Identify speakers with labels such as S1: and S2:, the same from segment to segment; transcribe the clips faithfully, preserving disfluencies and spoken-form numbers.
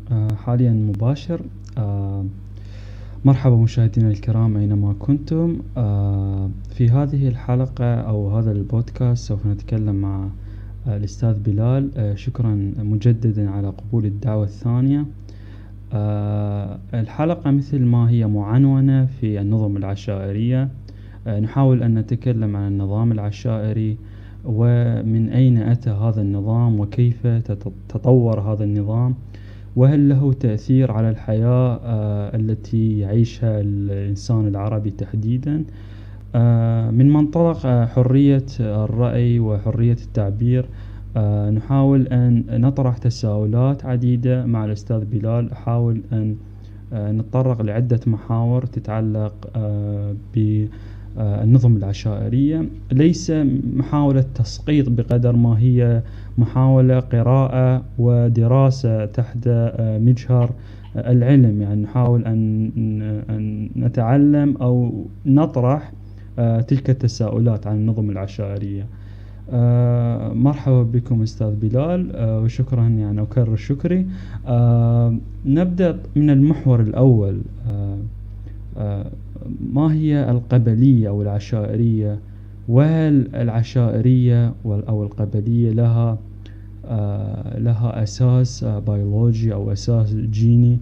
S1: آه، حاليا مباشر. آه، مرحبا مشاهدينا الكرام أينما كنتم. آه، في هذه الحلقة أو هذا البودكاست سوف نتكلم مع آه، الأستاذ بلال. آه، شكرا مجددا على قبول الدعوة الثانية. آه، الحلقة مثل ما هي معنونة في النظم العشائرية. آه، نحاول أن نتكلم عن النظام العشائري ومن أين أتى هذا النظام وكيف تت- تطور هذا النظام، وهل له تأثير على الحياة آه، التي يعيشها الإنسان العربي تحديدا، آه، من منطلق آه، حرية الرأي وحرية التعبير. آه، نحاول أن نطرح تساؤلات عديدة مع الأستاذ بلال. أحاول أن آه، نتطرق لعدة محاور تتعلق آه، بالنظم العشائرية، ليس محاولة تسقيط بقدر ما هي محاولة قراءة ودراسة تحت آه، مجهر آه، العلم. يعني نحاول أن أن نتعلم أو نطرح آه، تلك التساؤلات عن النظم العشائرية. آه مرحبا بكم أستاذ بلال، آه وشكرا، يعني أكرر شكري. آه نبدأ من المحور الأول. آه آه ما هي القبلية أو العشائرية؟ وهل العشائرية وال- أو القبلية لها آه لها أساس آه بيولوجي أو أساس جيني؟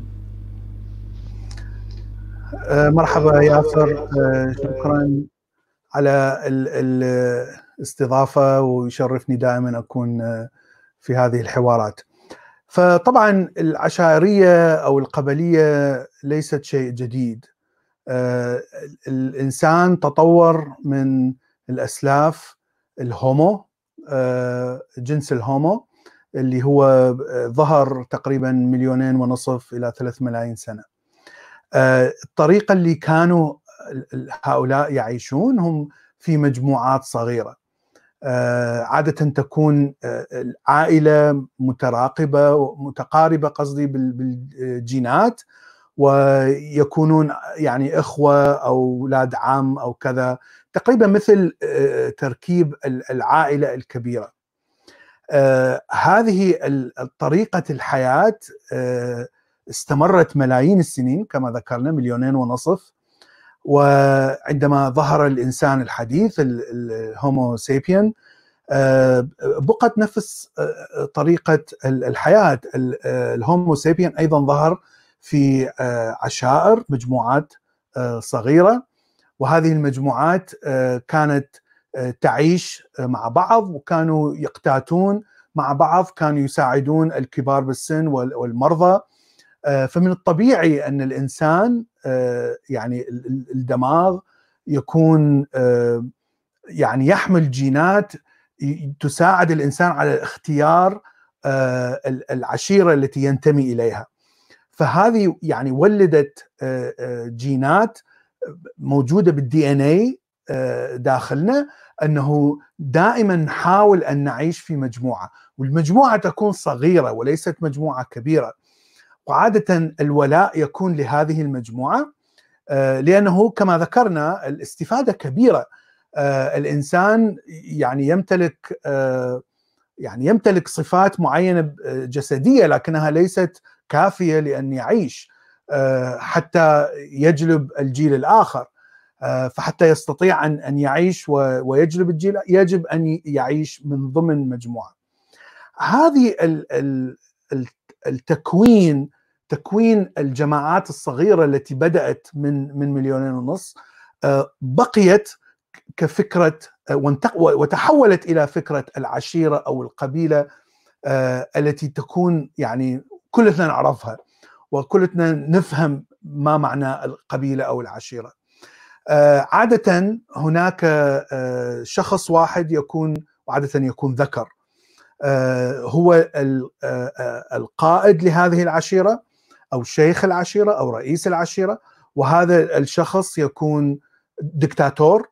S2: آه، مرحبا ياسر. آه، شكرا على ال- ال- الاستضافة، ويشرفني دائما أكون آه، في هذه الحوارات. فطبعا العشائرية أو القبلية ليست شيء جديد. آه، الإنسان تطور من الأسلاف الهومو، آه، جنس الهومو اللي هو آه، ظهر تقريبا مليونين ونصف إلى ثلاث ملايين سنة. آه، الطريقة اللي كانوا هؤلاء يعيشون هم في مجموعات صغيرة. آه، عادة تكون آه، العائلة متراقبة ومتقاربة، قصدي بالجينات، ويكونون يعني إخوة أو أولاد عم أو كذا، تقريبا مثل آه، تركيب العائلة الكبيرة. آه، هذه طريقة الحياة آه، استمرت ملايين السنين كما ذكرنا، مليونين ونصف. وعندما ظهر الإنسان الحديث الهومو سيبيان، بقت نفس طريقة الحياة. الهومو سيبيان أيضا ظهر في عشائر، مجموعات صغيرة، وهذه المجموعات كانت تعيش مع بعض، وكانوا يقتاتون مع بعض، كانوا يساعدون الكبار بالسن والمرضى. فمن الطبيعي أن الإنسان يعني الدماغ يكون يعني يحمل جينات تساعد الإنسان على اختيار العشيرة التي ينتمي إليها. فهذه يعني ولدت جينات موجودة بالدي ان اي داخلنا، أنه دائما نحاول أن نعيش في مجموعة، والمجموعة تكون صغيرة وليست مجموعة كبيرة. وعادة الولاء يكون لهذه المجموعة لأنه كما ذكرنا الاستفادة كبيرة. الإنسان يعني يمتلك يعني يمتلك صفات معينة جسدية، لكنها ليست كافية لأن يعيش حتى يجلب الجيل الآخر. فحتى يستطيع أن أن يعيش ويجلب الجيل، يجب أن يعيش من ضمن مجموعة. هذه التكوين تكوين الجماعات الصغيرة التي بدأت من من مليونين ونص بقيت كفكرة وتحولت إلى فكرة العشيرة أو القبيلة التي تكون يعني كلنا نعرفها وكلنا نفهم ما معنى القبيلة أو العشيرة. عادة هناك شخص واحد يكون، وعادة يكون ذكر، هو القائد لهذه العشيرة أو شيخ العشيرة أو رئيس العشيرة، وهذا الشخص يكون دكتاتور.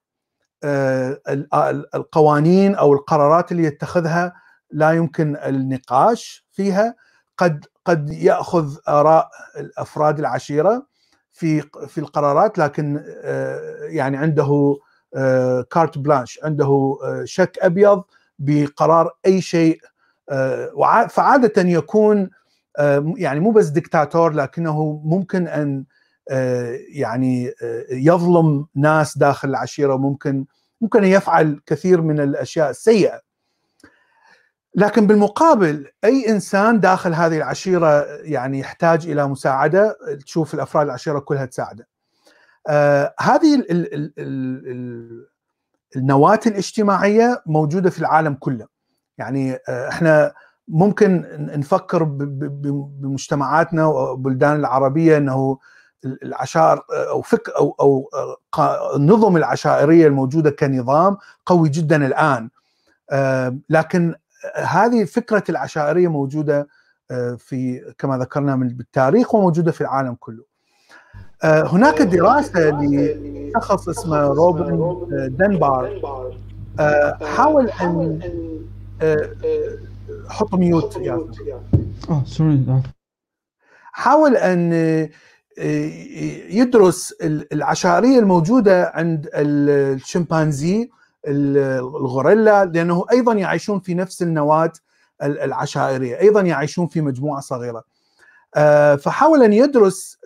S2: القوانين أو القرارات اللي يتخذها لا يمكن النقاش فيها. قد قد يأخذ آراء أفراد العشيرة في في القرارات، لكن يعني عنده كارت بلانش، عنده شك أبيض بقرار أي شيء. فعادة يكون يعني مو بس دكتاتور، لكنه ممكن أن يعني يظلم ناس داخل العشيرة، ممكن ممكن يفعل كثير من الأشياء السيئة. لكن بالمقابل أي إنسان داخل هذه العشيرة يعني يحتاج إلى مساعدة، تشوف الأفراد العشيرة كلها تساعده. آه هذه ال ال ال ال النواة الاجتماعية موجودة في العالم كله. يعني آه احنا ممكن نفكر بمجتمعاتنا وبلدان العربية أنه العشائر أو فك أو أو النظم العشائرية الموجودة كنظام قوي جدا الآن، آه لكن هذه فكرة العشائرية موجودة في كما ذكرنا من بالتاريخ وموجودة في العالم كله. هناك دراسة لشخص اسمه روبن دنبار حاول أن حط ميوت يا
S1: اه سوري
S2: حاول أن يدرس العشائرية الموجودة عند الشمبانزي الغوريلا، لأنه أيضا يعيشون في نفس النواة العشائرية، أيضا يعيشون في مجموعة صغيرة. فحاول أن يدرس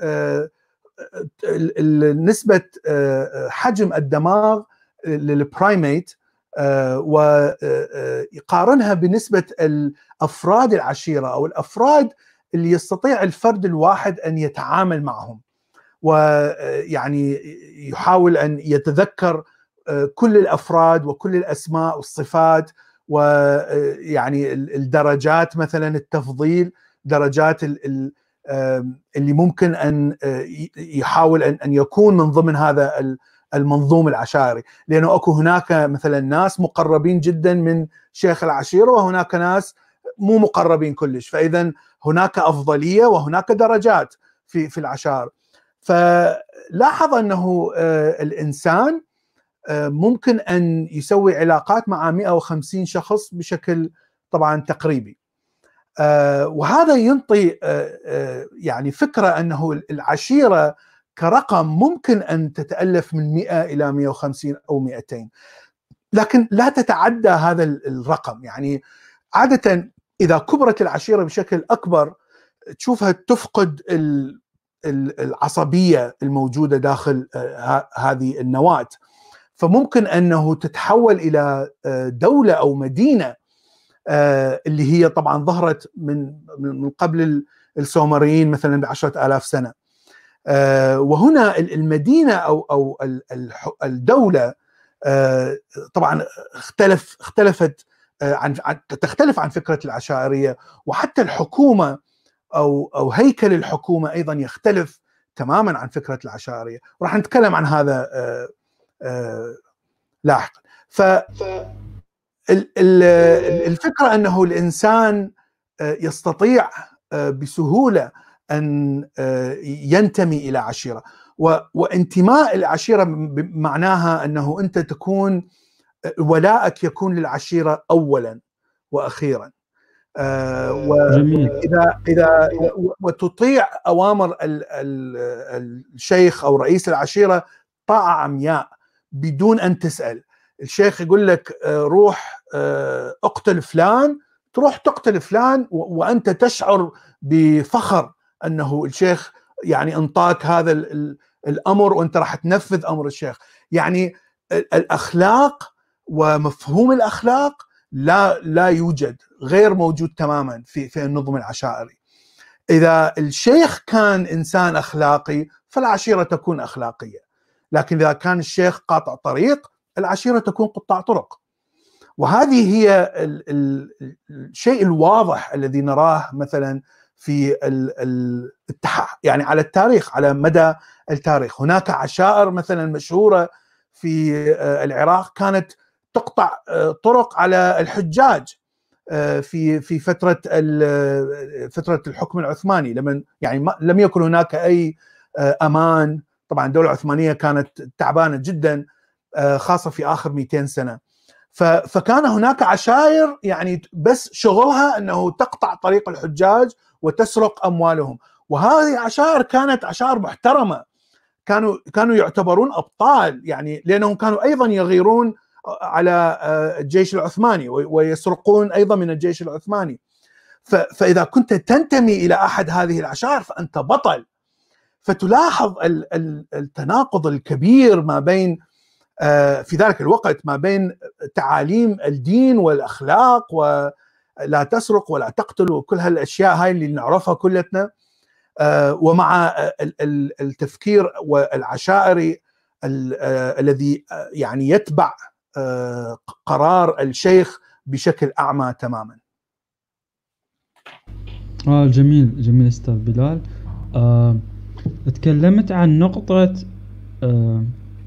S2: نسبة حجم الدماغ للبرايميت ويقارنها بنسبة الأفراد العشيرة أو الأفراد اللي يستطيع الفرد الواحد أن يتعامل معهم، ويعني يحاول أن يتذكر كل الأفراد وكل الأسماء والصفات، ويعني الدرجات مثلا التفضيل، درجات اللي ممكن أن يحاول أن يكون من ضمن هذا المنظوم العشائري، لأنه أكو هناك مثلا ناس مقربين جدا من شيخ العشيرة وهناك ناس مو مقربين كلش، فإذا هناك أفضلية وهناك درجات في في العشائر. فلاحظ أنه الإنسان ممكن أن يسوي علاقات مع مئة وخمسين شخص بشكل طبعا تقريبي، وهذا ينطي يعني فكرة أنه العشيرة كرقم ممكن أن تتألف من مئة إلى مئة وخمسين أو مئتين، لكن لا تتعدى هذا الرقم. يعني عادة إذا كبرت العشيرة بشكل أكبر تشوفها تفقد العصبية الموجودة داخل هذه النواة، فممكن أنه تتحول إلى دولة أو مدينة اللي هي طبعا ظهرت من من قبل السومريين مثلا بعشرة آلاف سنة. وهنا المدينة أو أو الدولة طبعا اختلف اختلفت عن تختلف عن فكرة العشائرية، وحتى الحكومة أو أو هيكل الحكومة أيضا يختلف تماما عن فكرة العشائرية، وراح نتكلم عن هذا لاحقا. ف الفكرة أنه الإنسان يستطيع بسهولة أن ينتمي إلى عشيرة، وانتماء العشيرة معناها أنه أنت تكون ولائك يكون للعشيرة أولا وأخيرا، وإذا إذا وتطيع أوامر الشيخ أو رئيس العشيرة طاعة عمياء بدون أن تسأل. الشيخ يقول لك روح اقتل فلان، تروح تقتل فلان وأنت تشعر بفخر أنه الشيخ يعني انطاك هذا الأمر وأنت راح تنفذ أمر الشيخ. يعني الأخلاق ومفهوم الأخلاق لا لا يوجد، غير موجود تماما في في النظم العشائري. إذا الشيخ كان إنسان أخلاقي فالعشيرة تكون أخلاقية، لكن إذا كان الشيخ قاطع طريق العشيرة تكون قطاع طرق. وهذه هي الشيء الواضح الذي نراه مثلا في التح... يعني على التاريخ، على مدى التاريخ. هناك عشائر مثلا مشهورة في العراق كانت تقطع طرق على الحجاج في في فترة فترة الحكم العثماني، لما يعني لم يكن هناك أي أمان. طبعا الدولة العثمانية كانت تعبانة جدا خاصة في آخر مئتين سنة، فكان هناك عشائر يعني بس شغلها أنه تقطع طريق الحجاج وتسرق أموالهم، وهذه عشائر كانت عشائر محترمة، كانوا كانوا يعتبرون أبطال، يعني لأنهم كانوا أيضا يغيرون على الجيش العثماني ويسرقون أيضا من الجيش العثماني. فإذا كنت تنتمي إلى أحد هذه العشائر فأنت بطل. فتلاحظ التناقض الكبير ما بين في ذلك الوقت ما بين تعاليم الدين والأخلاق ولا تسرق ولا تقتل وكل هالأشياء هاي اللي نعرفها كلتنا، ومع التفكير والعشائري الذي يعني يتبع قرار الشيخ بشكل أعمى تماما.
S1: آه جميل جميل أستاذ بلال. آه تكلمت عن نقطة آه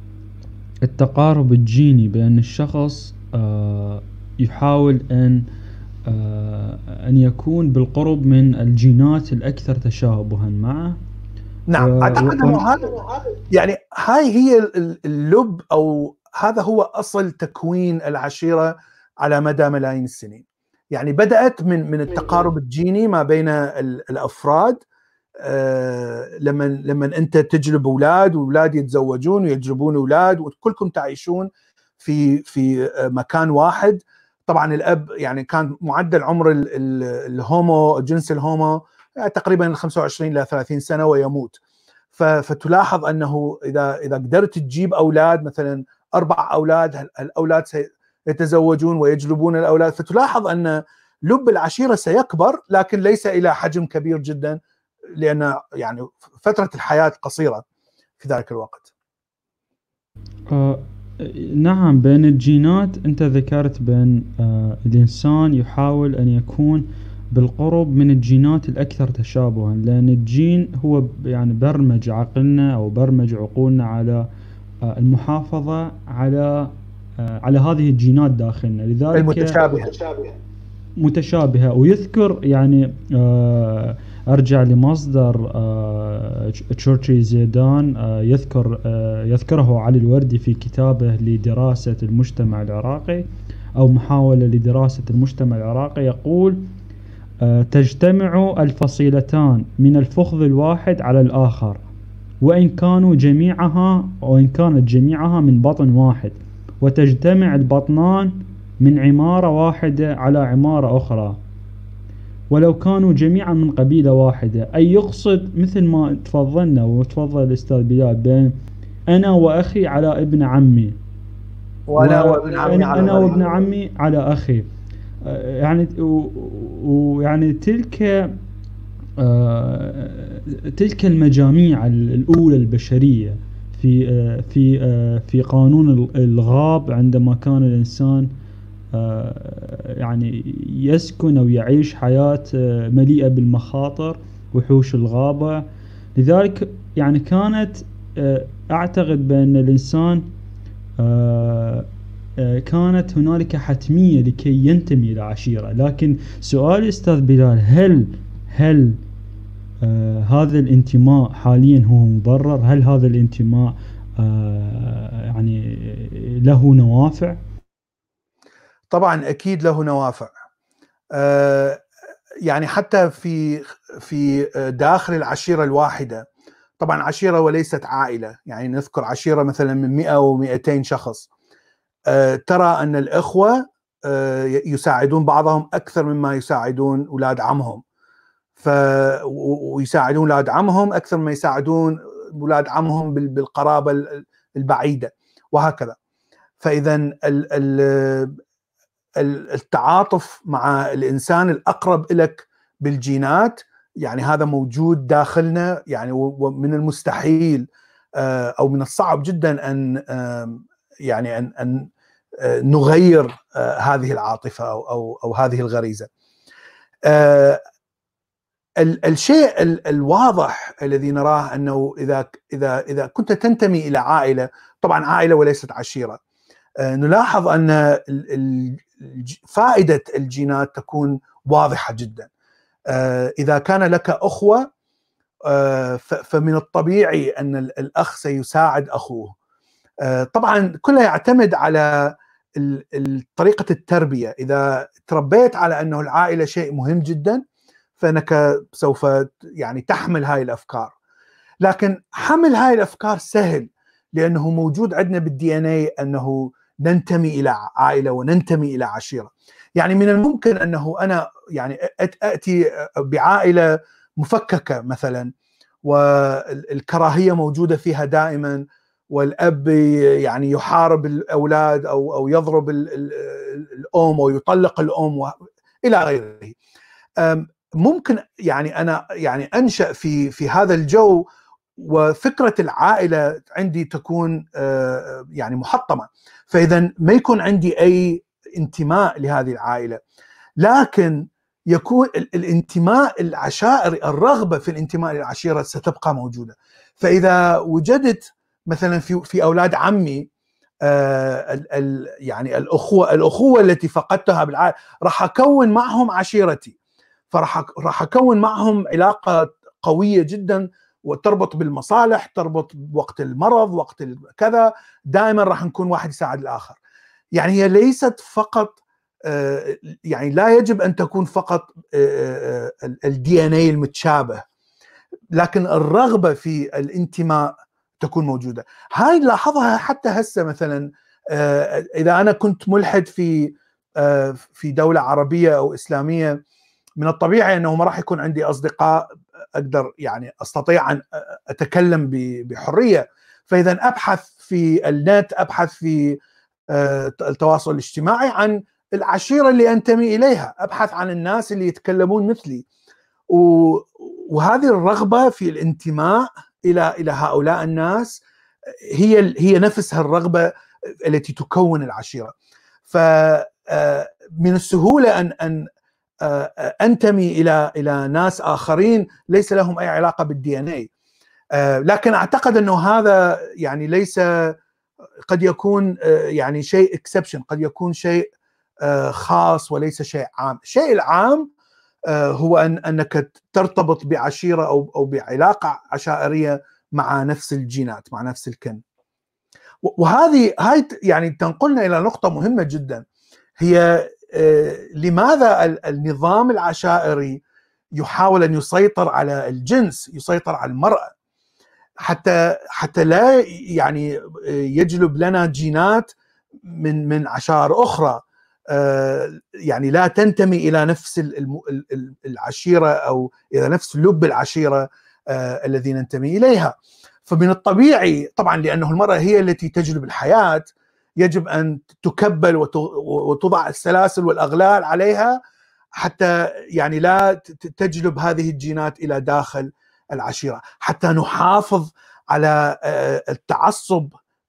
S1: التقارب الجيني، بأن الشخص آه يحاول أن آه أن يكون بالقرب من الجينات الأكثر تشابها معه.
S2: نعم،
S1: و...
S2: أعتقد أنه هذا يعني هاي هي اللب، أو هذا هو أصل تكوين العشيرة على مدى ملايين السنين. يعني بدأت من من التقارب الجيني ما بين الأفراد، آه لما لما أنت تجلب أولاد وأولاد يتزوجون ويجلبون أولاد وكلكم تعيشون في في مكان واحد. طبعا الأب يعني كان معدل عمر الهومو جنس الهومو يعني تقريبا خمسة وعشرين إلى ثلاثين سنة ويموت. فتلاحظ أنه إذا إذا قدرت تجيب أولاد مثلا أربع أولاد، الأولاد سيتزوجون ويجلبون الأولاد، فتلاحظ أن لب العشيرة سيكبر لكن ليس إلى حجم كبير جدا، لأن يعني فترة الحياة قصيرة في ذلك الوقت.
S1: آه نعم، بين الجينات أنت ذكرت بأن آه الإنسان يحاول أن يكون بالقرب من الجينات الأكثر تشابها، لأن الجين هو يعني برمج عقلنا أو برمج عقولنا على آه المحافظة على آه على هذه الجينات داخلنا، لذلك
S2: المتشابهة
S1: متشابهة. ويذكر يعني آه أرجع لمصدر آه تشورشي زيدان، آه يذكر آه يذكره علي الوردي في كتابه لدراسة المجتمع العراقي أو محاولة لدراسة المجتمع العراقي، يقول آه تجتمع الفصيلتان من الفخذ الواحد على الآخر وإن كانوا جميعها وإن كانت جميعها من بطن واحد، وتجتمع البطنان من عمارة واحدة على عمارة أخرى ولو كانوا جميعا من قبيلة واحدة. أي يقصد مثل ما تفضلنا وتفضل الأستاذ بلال بين أنا وأخي على ابن عمي،
S2: وأنا وابن عمي على
S1: أنا وابن عمي على أخي. يعني ويعني تلك تلك المجاميع الأولى البشرية في في في قانون الغاب، عندما كان الإنسان يعني يسكن أو يعيش حياة مليئة بالمخاطر، وحوش الغابة. لذلك يعني كانت أعتقد بأن الإنسان كانت هنالك حتمية لكي ينتمي إلى عشيرة. لكن سؤال أستاذ بلال، هل هل آه هذا الانتماء حاليا هو مبرر؟ هل هذا الانتماء آه يعني له نوافع؟
S2: طبعا أكيد له نوافع. آه يعني حتى في في داخل العشيرة الواحدة، طبعا عشيرة وليست عائلة، يعني نذكر عشيرة مثلا من مئة ومئتين شخص، آه ترى أن الإخوة آه يساعدون بعضهم أكثر مما يساعدون أولاد عمهم، ف ويساعدون أولاد عمهم أكثر مما يساعدون أولاد عمهم بالقرابة البعيدة وهكذا. فإذا ال ال التعاطف مع الإنسان الأقرب إليك بالجينات يعني هذا موجود داخلنا، يعني ومن المستحيل أو من الصعب جدا أن يعني أن أن نغير هذه العاطفة أو أو أو هذه الغريزة. الشيء الواضح الذي نراه أنه إذا إذا إذا كنت تنتمي إلى عائلة، طبعا عائلة وليست عشيرة، نلاحظ أن فائدة الجينات تكون واضحة جدا. إذا كان لك أخوة فمن الطبيعي أن الأخ سيساعد أخوه. طبعا كله يعتمد على طريقة التربية. إذا تربيت على أنه العائلة شيء مهم جدا فإنك سوف يعني تحمل هاي الأفكار، لكن حمل هاي الأفكار سهل لأنه موجود عندنا بالدي ان اي أنه ننتمي إلى عائلة وننتمي إلى عشيرة. يعني من الممكن أنه أنا يعني أتي بعائلة مفككة مثلا، والكراهية موجودة فيها دائما، والأب يعني يحارب الأولاد أو أو يضرب الأم أو يطلق الأم إلى غيره. ممكن يعني أنا يعني أنشأ في في هذا الجو، وفكرة العائلة عندي تكون يعني محطمة، فإذا ما يكون عندي أي انتماء لهذه العائلة. لكن يكون الانتماء العشائري، الرغبة في الانتماء للعشيرة ستبقى موجودة. فإذا وجدت مثلا في في أولاد عمي آه ال ال يعني الأخوة الأخوة التي فقدتها بالعائلة، راح أكون معهم عشيرتي، فراح راح أكون معهم علاقة قوية جدا وتربط بالمصالح، تربط بوقت المرض، وقت كذا، دائما راح نكون واحد يساعد الآخر. يعني هي ليست فقط يعني لا يجب أن تكون فقط الدي ان اي المتشابه، لكن الرغبة في الانتماء تكون موجودة. هاي نلاحظها حتى هسه مثلا إذا أنا كنت ملحد في في دولة عربية أو إسلامية، من الطبيعي أنه ما راح يكون عندي أصدقاء أقدر يعني أستطيع أن أتكلم بحرية. فإذا أبحث في النت، أبحث في التواصل الاجتماعي عن العشيرة اللي أنتمي إليها، أبحث عن الناس اللي يتكلمون مثلي، وهذه الرغبة في الانتماء إلى إلى هؤلاء الناس هي هي نفسها الرغبة التي تكون العشيرة. فمن السهولة أن أن أنتمي إلى إلى ناس آخرين ليس لهم أي علاقة بالدي ان اي، لكن أعتقد أنه هذا يعني ليس، قد يكون يعني شيء اكسبشن، قد يكون شيء خاص وليس شيء عام. الشيء العام هو أن أنك ترتبط بعشيرة أو أو بعلاقة عشائرية مع نفس الجينات، مع نفس الكن. وهذه هاي يعني تنقلنا إلى نقطة مهمة جدا، هي لماذا النظام العشائري يحاول أن يسيطر على الجنس، يسيطر على المرأة، حتى حتى لا يعني يجلب لنا جينات من من عشائر أخرى يعني لا تنتمي إلى نفس العشيرة أو إلى نفس لب العشيرة الذي ننتمي إليها. فمن الطبيعي طبعا، لأنه المرأة هي التي تجلب الحياة، يجب أن تكبل وتضع السلاسل والأغلال عليها حتى يعني لا تجلب هذه الجينات إلى داخل العشيرة، حتى نحافظ على التعصب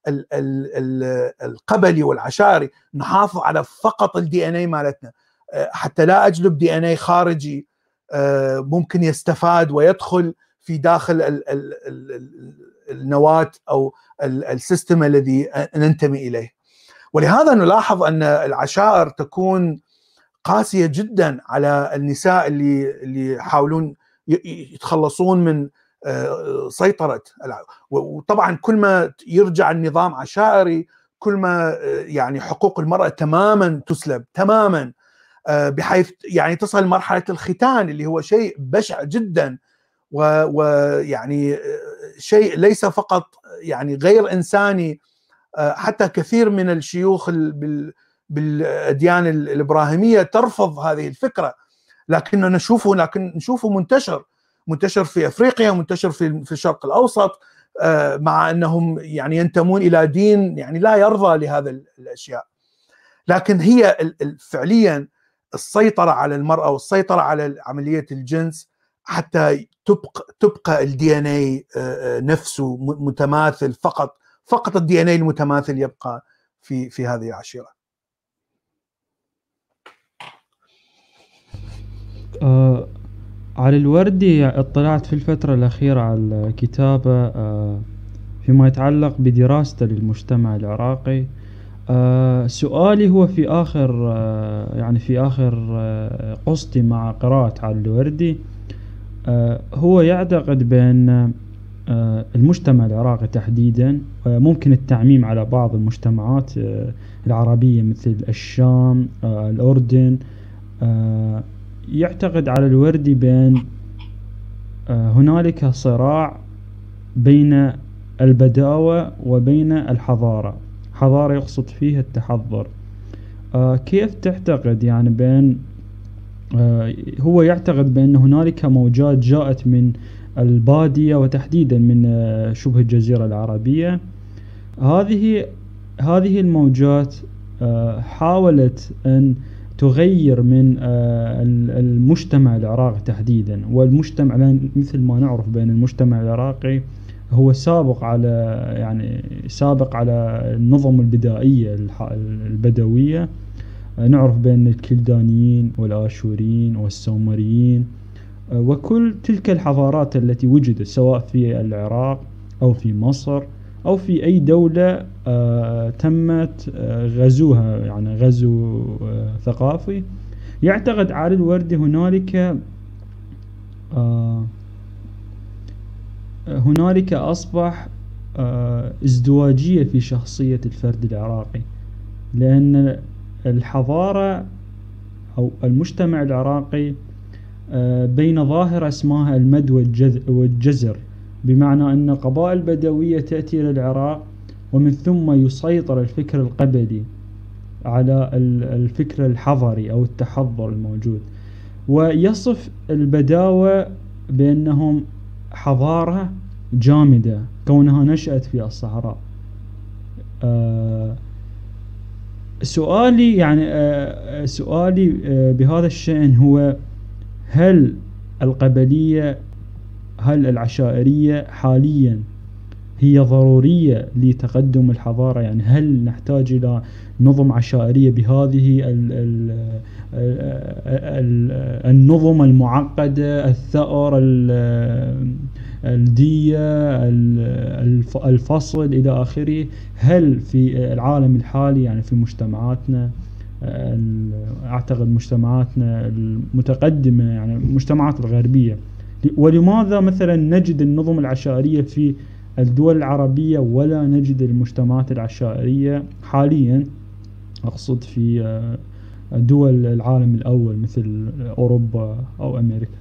S2: القبلي والعشائري، نحافظ على فقط الدي ان اي مالتنا، حتى لا اجلب دي ان اي خارجي ممكن يستفاد ويدخل في داخل النواة او السيستم الذي ننتمي اليه. ولهذا نلاحظ ان العشائر تكون قاسية جدا على النساء اللي اللي يحاولون يتخلصون من سيطرة. وطبعا كل ما يرجع النظام عشائري كل ما يعني حقوق المرأة تماما تسلب تماما، بحيث يعني تصل مرحلة الختان اللي هو شيء بشع جدا، ويعني شيء ليس فقط يعني غير إنساني. حتى كثير من الشيوخ بالأديان الإبراهيمية ترفض هذه الفكرة، لكننا نشوفه لكن نشوفه منتشر منتشر في أفريقيا، منتشر في في الشرق الأوسط، مع أنهم يعني ينتمون إلى دين يعني لا يرضى لهذا الأشياء. لكن هي فعليا السيطرة على المرأة والسيطرة على عملية الجنس حتى تبقى تبقى الدي ان اي نفسه متماثل، فقط فقط الدي ان اي المتماثل يبقى في في هذه العشيرة.
S1: آه على الوردي اطلعت في الفترة الأخيرة على كتابة آه فيما يتعلق بدراسته للمجتمع العراقي. آه سؤالي هو في آخر آه يعني في آخر آه قصتي مع قراءة على الوردي، آه هو يعتقد بأن آه المجتمع العراقي تحديدا، وممكن التعميم على بعض المجتمعات آه العربية مثل الشام، آه الأردن، آه يعتقد على الوردي بأن آه هنالك صراع بين البداوة وبين الحضارة. حضارة يقصد فيها التحضر. آه كيف تعتقد يعني بأن آه هو يعتقد بأن هنالك موجات جاءت من البادية وتحديدا من آه شبه الجزيرة العربية. هذه هذه الموجات آه حاولت أن تغير من آه المجتمع العراقي تحديدا، والمجتمع مثل ما نعرف بأن المجتمع العراقي هو سابق على يعني سابق على النظم البدائية البدوية. نعرف بأن الكلدانيين والآشوريين والسومريين وكل تلك الحضارات التي وجدت سواء في العراق أو في مصر أو في أي دولة آه تمت آه غزوها، يعني غزو آه ثقافي. يعتقد علي الوردي هنالك آه هنالك أصبح آه ازدواجية في شخصية الفرد العراقي، لأن الحضارة أو المجتمع العراقي آه بين ظاهرة اسمها المد والجزر، بمعنى أن قبائل بدوية تأتي إلى العراق ومن ثم يسيطر الفكر القبلي على الفكر الحضري أو التحضر الموجود، ويصف البداوة بأنهم حضارة جامدة كونها نشأت في الصحراء. آه سؤالي يعني آه سؤالي آه بهذا الشأن هو: هل القبلية هل العشائرية حاليا هي ضرورية لتقدم الحضارة؟ يعني هل نحتاج إلى نظم عشائرية بهذه ال ال ال النظم المعقدة، الثأر، الدية، الفصل إلى آخره؟ هل في العالم الحالي يعني في مجتمعاتنا، أعتقد مجتمعاتنا المتقدمة يعني المجتمعات الغربية، ولماذا مثلا نجد النظم العشائرية في الدول العربية ولا نجد المجتمعات العشائرية حاليا؟ أقصد في دول العالم الأول مثل أوروبا أو أمريكا.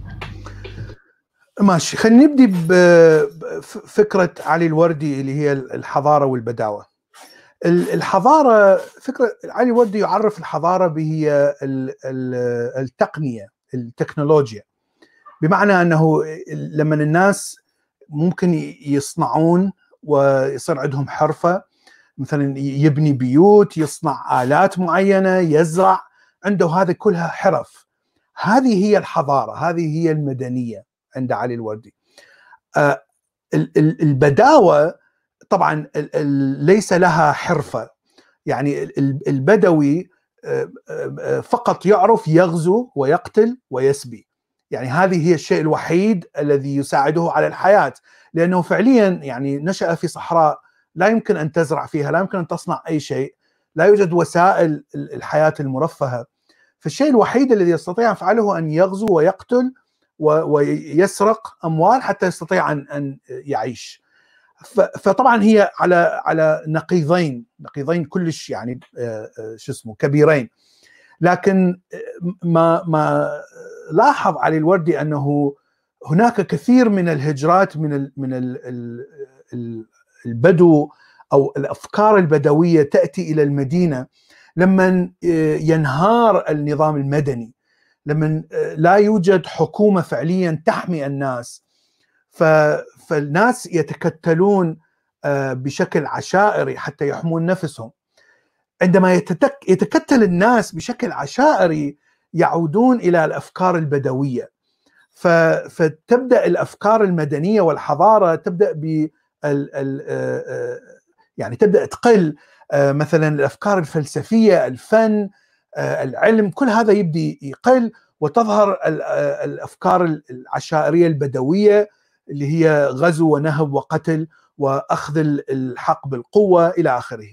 S2: ماشي، خلينا نبدي بفكرة علي الوردي اللي هي الحضارة والبداوة. الحضارة، فكرة علي الوردي يعرف الحضارة بهي التقنية، التكنولوجيا، بمعنى أنه لما الناس ممكن يصنعون ويصير عندهم حرفة، مثلا يبني بيوت، يصنع آلات معينة، يزرع، عنده هذه كلها حرف. هذه هي الحضارة، هذه هي المدنية عند علي الوردي. آه البداوة طبعا ليس لها حرفة، يعني البدوي فقط يعرف يغزو ويقتل ويسبي، يعني هذه هي الشيء الوحيد الذي يساعده على الحياة، لأنه فعليا يعني نشأ في صحراء لا يمكن أن تزرع فيها، لا يمكن أن تصنع أي شيء، لا يوجد وسائل الحياة المرفهة. فالشيء الوحيد الذي يستطيع أن يفعله أن يغزو ويقتل ويسرق أموال حتى يستطيع أن يعيش. فطبعا هي على على نقيضين نقيضين كلش يعني شو اسمه كبيرين. لكن ما ما لاحظ علي الوردي انه هناك كثير من الهجرات من ال من ال البدو او الافكار البدويه تاتي الى المدينه لما ينهار النظام المدني، لما لا يوجد حكومه فعليا تحمي الناس، فالناس يتكتلون بشكل عشائري حتى يحمون نفسهم. عندما يتكتل الناس بشكل عشائري يعودون إلى الأفكار البدوية، فتبدأ الأفكار المدنية والحضارة تبدأ ب يعني تبدأ تقل. مثلا الأفكار الفلسفية، الفن، العلم، كل هذا يبدأ يقل، وتظهر الأفكار العشائرية البدوية اللي هي غزو ونهب وقتل وأخذ الحق بالقوة إلى آخره.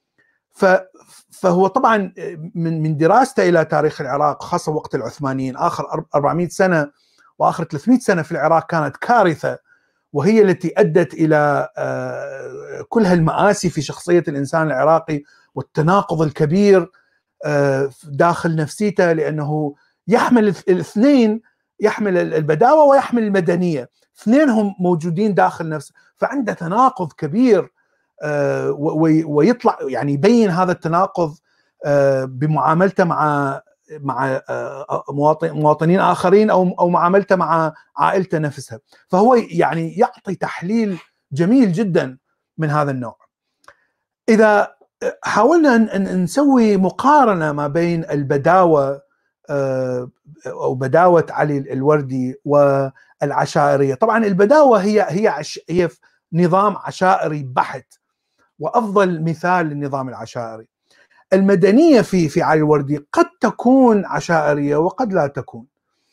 S2: فهو طبعا من من دراسته إلى تاريخ العراق، خاصة وقت العثمانيين، آخر أربعمائة سنة وآخر ثلاثمائة سنة في العراق كانت كارثة، وهي التي أدت إلى كل هالمآسي في شخصية الإنسان العراقي والتناقض الكبير داخل نفسيته، لأنه يحمل الاثنين، يحمل البداوة ويحمل المدنية، اثنينهم موجودين داخل نفسه، فعنده تناقض كبير. ويطلع يعني يبين هذا التناقض بمعاملته مع مع مواطنين آخرين أو أو معاملته مع عائلته نفسها. فهو يعني يعطي تحليل جميل جدا من هذا النوع. إذا حاولنا أن نسوي مقارنة ما بين البداوة أو بداوة علي الوردي والعشائرية، طبعا البداوة هي هي عش هي نظام عشائري بحت، وأفضل مثال للنظام العشائري. المدنية في في علي الوردي قد تكون عشائرية وقد لا تكون.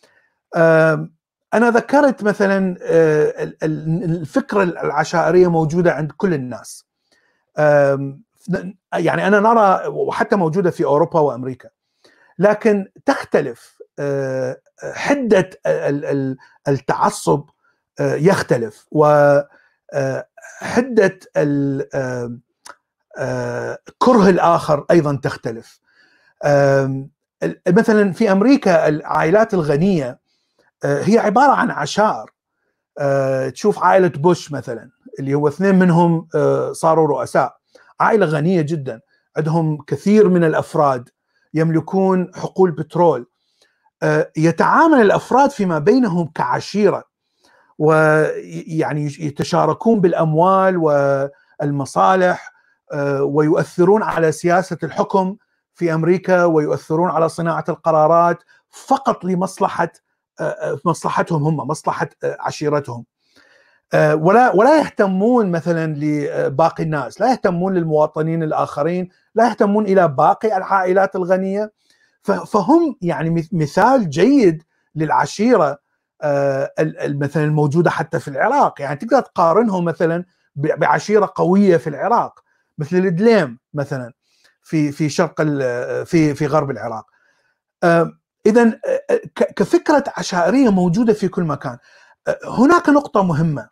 S2: أنا ذكرت مثلا الفكرة العشائرية موجودة عند كل الناس، يعني أنا نرى وحتى موجودة في أوروبا وأمريكا، لكن تختلف حدة التعصب، يختلف، وحدة كره الآخر أيضا تختلف. مثلا في أمريكا العائلات الغنية هي عبارة عن عشائر. تشوف عائلة بوش مثلا اللي هو اثنين منهم صاروا رؤساء، عائلة غنية جدا، عندهم كثير من الأفراد، يملكون حقول بترول، يتعامل الأفراد فيما بينهم كعشيرة، ويعني يتشاركون بالأموال والمصالح، ويؤثرون على سياسة الحكم في أمريكا، ويؤثرون على صناعة القرارات فقط لمصلحة مصلحتهم هم، مصلحة عشيرتهم، ولا ولا يهتمون مثلا لباقي الناس، لا يهتمون للمواطنين الآخرين، لا يهتمون إلى باقي العائلات الغنية. فهم يعني مثال جيد للعشيرة مثلا الموجودة حتى في العراق. يعني تقدر تقارنهم مثلا بعشيرة قوية في العراق مثل الدليم مثلا في في شرق في في غرب العراق. إذن كفكرة عشائرية موجودة في كل مكان. هناك نقطة مهمة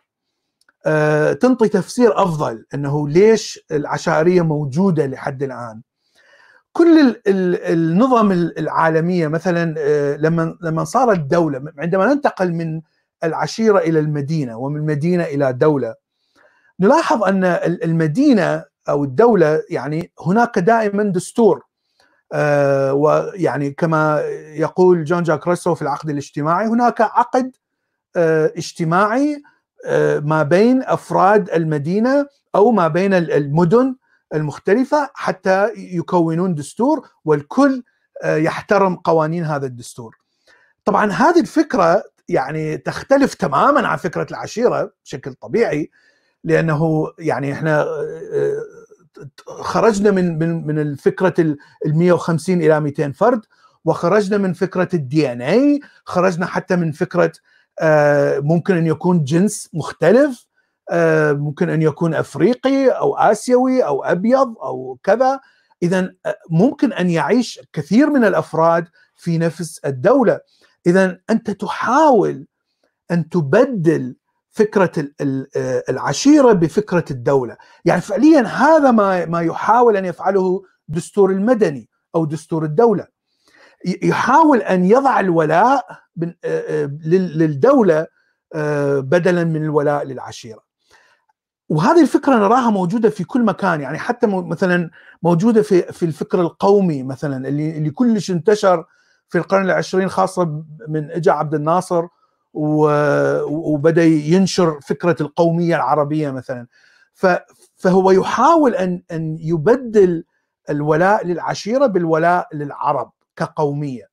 S2: تنطي تفسير أفضل أنه ليش العشائرية موجودة لحد الآن. كل النظم العالمية مثلا لما لما صارت دولة، عندما ننتقل من العشيرة إلى المدينة ومن المدينة إلى دولة، نلاحظ أن المدينة أو الدولة يعني هناك دائما دستور، آه ويعني كما يقول جون جاك روسو في العقد الاجتماعي، هناك عقد آه اجتماعي آه ما بين أفراد المدينة أو ما بين المدن المختلفة حتى يكونون دستور، والكل آه يحترم قوانين هذا الدستور. طبعا هذه الفكرة يعني تختلف تماما عن فكرة العشيرة بشكل طبيعي، لأنه يعني احنا آه خرجنا من من من الفكره ال مئة وخمسين الى مئتين فرد، وخرجنا من فكره الدي ان اي، خرجنا حتى من فكره ممكن ان يكون جنس مختلف، ممكن ان يكون افريقي او اسيوي او ابيض او كذا. اذا ممكن ان يعيش كثير من الافراد في نفس الدوله. اذا انت تحاول ان تبدل فكرة العشيرة بفكرة الدولة. يعني فعليا هذا ما ما يحاول أن يفعله دستور المدني أو دستور الدولة، يحاول أن يضع الولاء للدولة بدلا من الولاء للعشيرة. وهذه الفكرة نراها موجودة في كل مكان، يعني حتى مثلا موجودة في في الفكر القومي مثلا اللي اللي كلش انتشر في القرن العشرين، خاصة من اجى عبد الناصر وبدأ ينشر فكرة القومية العربية مثلا. فهو يحاول أن أن يبدل الولاء للعشيرة بالولاء للعرب كقومية.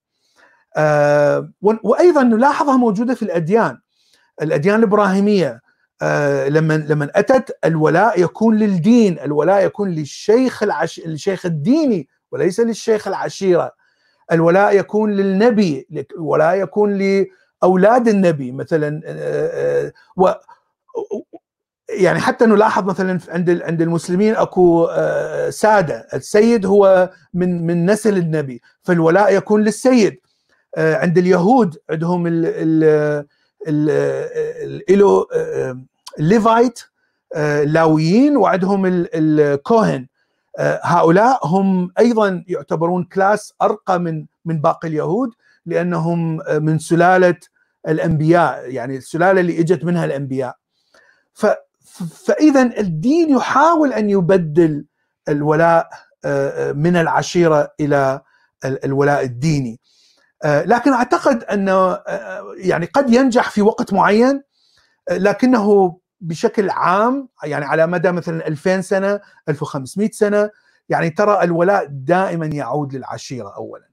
S2: وأيضا نلاحظها موجودة في الأديان، الأديان الإبراهيمية لما لما أتت الولاء يكون للدين، الولاء يكون للشيخ العش... الشيخ الديني وليس للشيخ العشيرة. الولاء يكون للنبي، الولاء يكون ل أولاد النبي مثلا. و يعني حتى نلاحظ مثلا عند عند المسلمين اكو سادة، السيد هو من من نسل النبي، فالولاء يكون للسيد. عند اليهود عندهم ال ال ال الليفايت اللاويين، وعندهم الكوهن، هؤلاء هم ايضا يعتبرون كلاس ارقى من من باقي اليهود، لانهم من سلاله الانبياء، يعني السلاله اللي اجت منها الانبياء. ف فاذا الدين يحاول ان يبدل الولاء من العشيرة إلى الولاء الديني. لكن أعتقد أنه يعني قد ينجح في وقت معين، لكنه بشكل عام يعني على مدى مثلا ألفين سنة ألف وخمسمئة سنة يعني ترى الولاء دائما يعود للعشيرة. أولا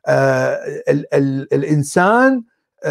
S2: ال ال الإنسان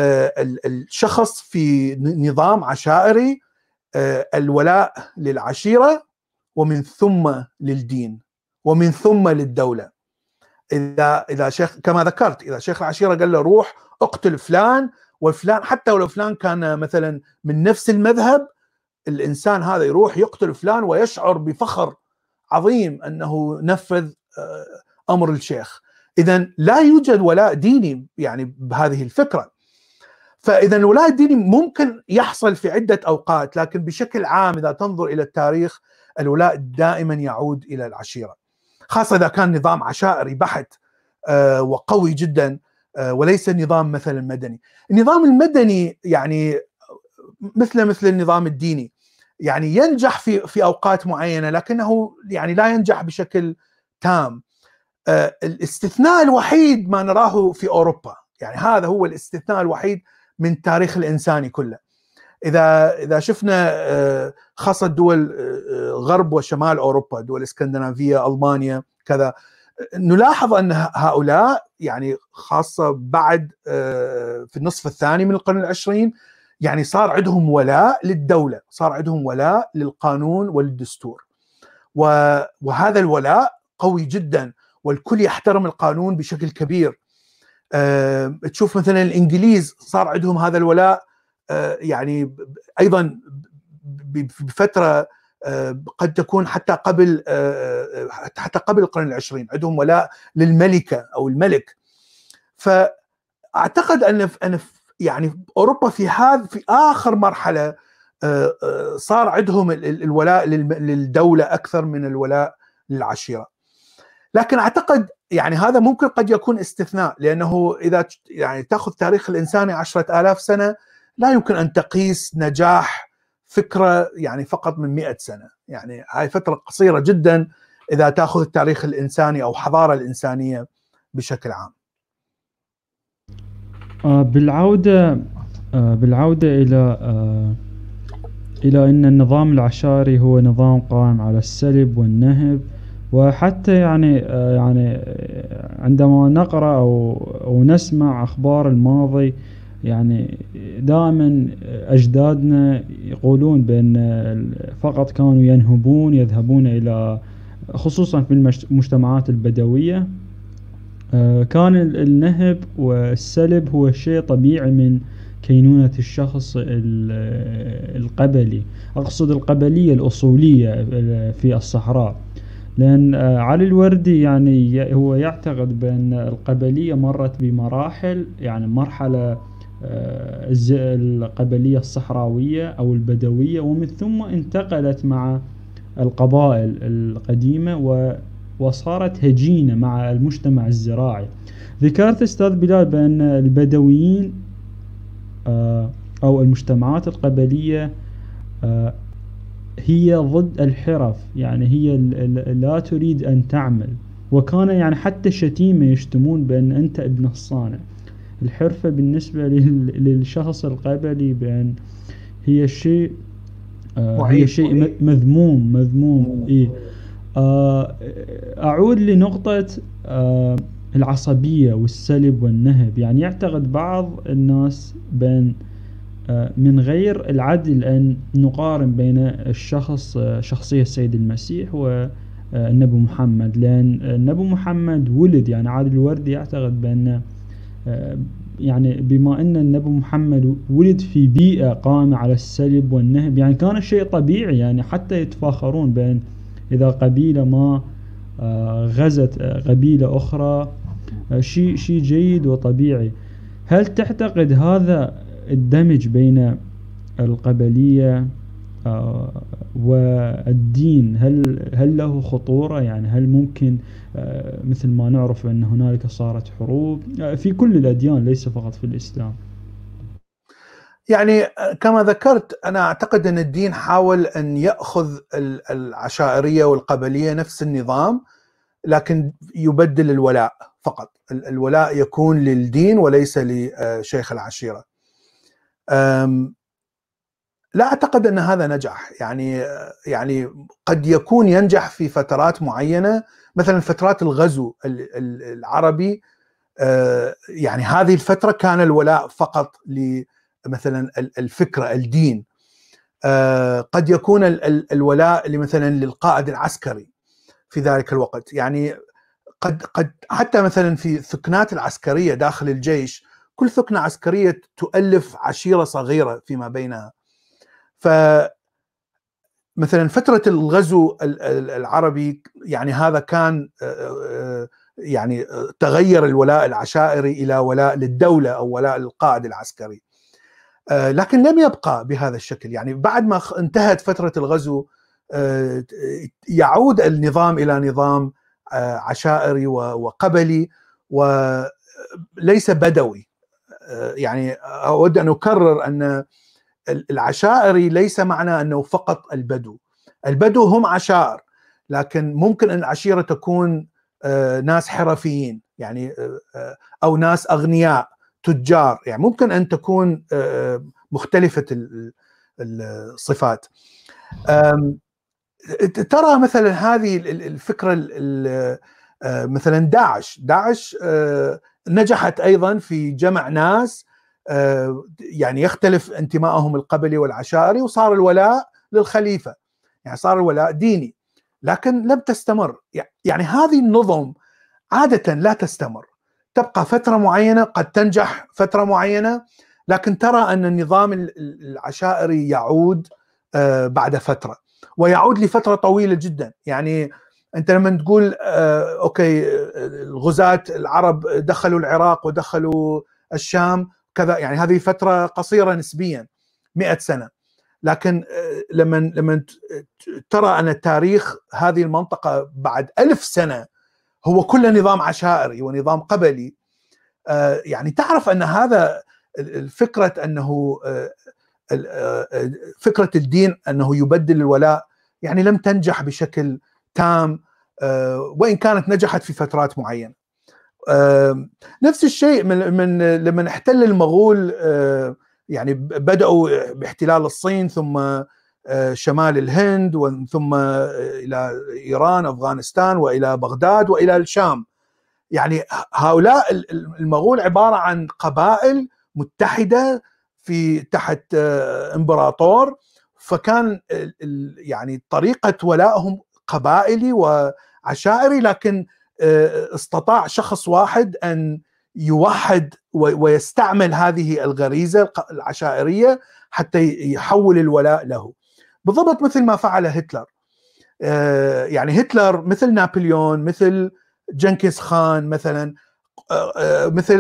S2: الشخص في نظام عشائري الولاء للعشيرة ومن ثم للدين ومن ثم للدولة. إذا إذا شيخ كما ذكرت إذا شيخ العشيرة قال له روح اقتل فلان وفلان، حتى ولو فلان كان مثلا من نفس المذهب، الإنسان هذا يروح يقتل فلان ويشعر بفخر عظيم أنه نفذ أمر الشيخ. إذن لا يوجد ولاء ديني يعني بهذه الفكرة. فإذا الولاء الديني ممكن يحصل في عدة أوقات، لكن بشكل عام إذا تنظر إلى التاريخ الولاء دائما يعود إلى العشيرة، خاصة إذا كان نظام عشائري بحت وقوي جدا وليس النظام مثلا المدني. النظام المدني يعني مثل مثل النظام الديني يعني ينجح في في أوقات معينة، لكنه يعني لا ينجح بشكل تام. الاستثناء الوحيد ما نراه في أوروبا، يعني هذا هو الاستثناء الوحيد من التاريخ الإنساني كله. إذا إذا شفنا خاصة دول غرب وشمال أوروبا، دول اسكندنافية، ألمانيا كذا، نلاحظ أن هؤلاء يعني خاصة بعد في النصف الثاني من القرن العشرين يعني صار عندهم ولاء للدولة، صار عندهم ولاء للقانون وللدستور، وهذا الولاء قوي جدا والكل يحترم القانون بشكل كبير. تشوف مثلا الإنجليز صار عندهم هذا الولاء يعني أيضا بفترة قد تكون حتى قبل حتى قبل القرن العشرين عندهم ولاء للملكة أو الملك. فأعتقد أن أن يعني أوروبا في هذا في آخر مرحلة صار عندهم الولاء للدولة أكثر من الولاء للعشيرة. لكن أعتقد يعني هذا ممكن قد يكون استثناء، لأنه إذا يعني تأخذ تاريخ الإنساني عشرة آلاف سنة لا يمكن أن تقيس نجاح فكرة يعني فقط من مئة سنة. يعني هاي فترة قصيرة جدا إذا تأخذ التاريخ الإنساني أو حضارة الإنسانية بشكل عام.
S1: بالعودة بالعودة إلى إلى أن النظام العشائري هو نظام قائم على السلب والنهب، وحتى يعني يعني عندما نقرأ أو أو نسمع أخبار الماضي يعني دائما أجدادنا يقولون بأن فقط كانوا ينهبون يذهبون إلى، خصوصا في المجتمعات البدوية، كان النهب والسلب هو شيء طبيعي من كينونة الشخص القبلي. أقصد القبلية الأصولية في الصحراء، لأن علي الوردي يعني هو يعتقد بأن القبلية مرت بمراحل، يعني مرحلة القبلية الصحراوية أو البدوية، ومن ثم انتقلت مع القبائل القديمة وصارت هجينة مع المجتمع الزراعي. ذكرت أستاذ بلال بأن البدويين أو المجتمعات القبلية هي ضد الحرف، يعني هي لا تريد أن تعمل، وكان يعني حتى شتيمة يشتمون بأن أنت ابن الصانع. الحرفة بالنسبة للشخص القبلي بأن هي شيء آه هي شيء مذموم مذموم إيه. آه أعود لنقطة آه العصبية والسلب والنهب. يعني يعتقد بعض الناس بأن آه من غير العدل أن نقارن بين الشخص آه شخصية السيد المسيح والنبي محمد، لأن النبي محمد ولد، يعني عادل الوردي يعتقد بأن يعني بما أن النبي محمد ولد في بيئة قائمة على السلب والنهب، يعني كان شيء طبيعي، يعني حتى يتفاخرون بأن إذا قبيلة ما غزت قبيلة أخرى شيء شيء جيد وطبيعي. هل تعتقد هذا الدمج بين القبلية والدين هل هل له خطورة؟ يعني هل ممكن مثل ما نعرف أن هنالك صارت حروب في كل الأديان ليس فقط في الإسلام؟
S2: يعني كما ذكرت أنا أعتقد أن الدين حاول أن يأخذ العشائرية والقبلية نفس النظام لكن يبدل الولاء فقط، الولاء يكون للدين وليس لشيخ العشيرة. لا أعتقد أن هذا نجح، يعني يعني قد يكون ينجح في فترات معينة، مثلا فترات الغزو العربي، يعني هذه الفترة كان الولاء فقط لمثلا الفكرة الدين. قد يكون الولاء مثلا للقائد العسكري في ذلك الوقت، يعني قد قد حتى مثلا في الثكنات العسكرية داخل الجيش، كل ثكنة عسكرية تؤلف عشيرة صغيرة فيما بينها. ف مثلا فترة الغزو العربي يعني هذا كان يعني تغير الولاء العشائري إلى ولاء للدولة أو ولاء للقائد العسكري، لكن لم يبقى بهذا الشكل. يعني بعد ما انتهت فترة الغزو يعود النظام إلى نظام عشائري وقبلي وليس بدوي. يعني أود أن أكرر أن العشائري ليس معنى أنه فقط البدو، البدو هم عشائر، لكن ممكن أن العشيرة تكون ناس حرفيين يعني، أو ناس أغنياء تجار، يعني ممكن أن تكون مختلفة الصفات. ترى مثلا هذه الفكرة مثلا داعش داعش نجحت أيضا في جمع ناس يعني يختلف انتمائهم القبلي والعشائري، وصار الولاء للخليفة، يعني صار الولاء ديني، لكن لم تستمر. يعني هذه النظم عادة لا تستمر، تبقى فترة معينة، قد تنجح فترة معينة، لكن ترى أن النظام العشائري يعود بعد فترة، ويعود لفترة طويلة جدا. يعني أنت لما تقول أوكي الغزاة العرب دخلوا العراق ودخلوا الشام كذا، يعني هذه فترة قصيرة نسبيا مئة سنة، لكن لما لما ترى أن التاريخ هذه المنطقة بعد ألف سنة هو كل نظام عشائري ونظام قبلي، يعني تعرف أن هذا الفكرة أنه فكرة الدين أنه يبدل الولاء يعني لم تنجح بشكل تام، وإن كانت نجحت في فترات معينة. نفس الشيء من, من لما احتل المغول، يعني بدأوا باحتلال الصين، ثم شمال الهند، ثم إلى إيران، أفغانستان، وإلى بغداد، وإلى الشام. يعني هؤلاء المغول عبارة عن قبائل متحدة في تحت إمبراطور، فكان يعني طريقة ولائهم قبائلي وعشائري، لكن استطاع شخص واحد أن يوحد ويستعمل هذه الغريزة العشائرية حتى يحول الولاء له، بالضبط مثل ما فعل هتلر. يعني هتلر مثل نابليون، مثل جنكيز خان مثلا، مثل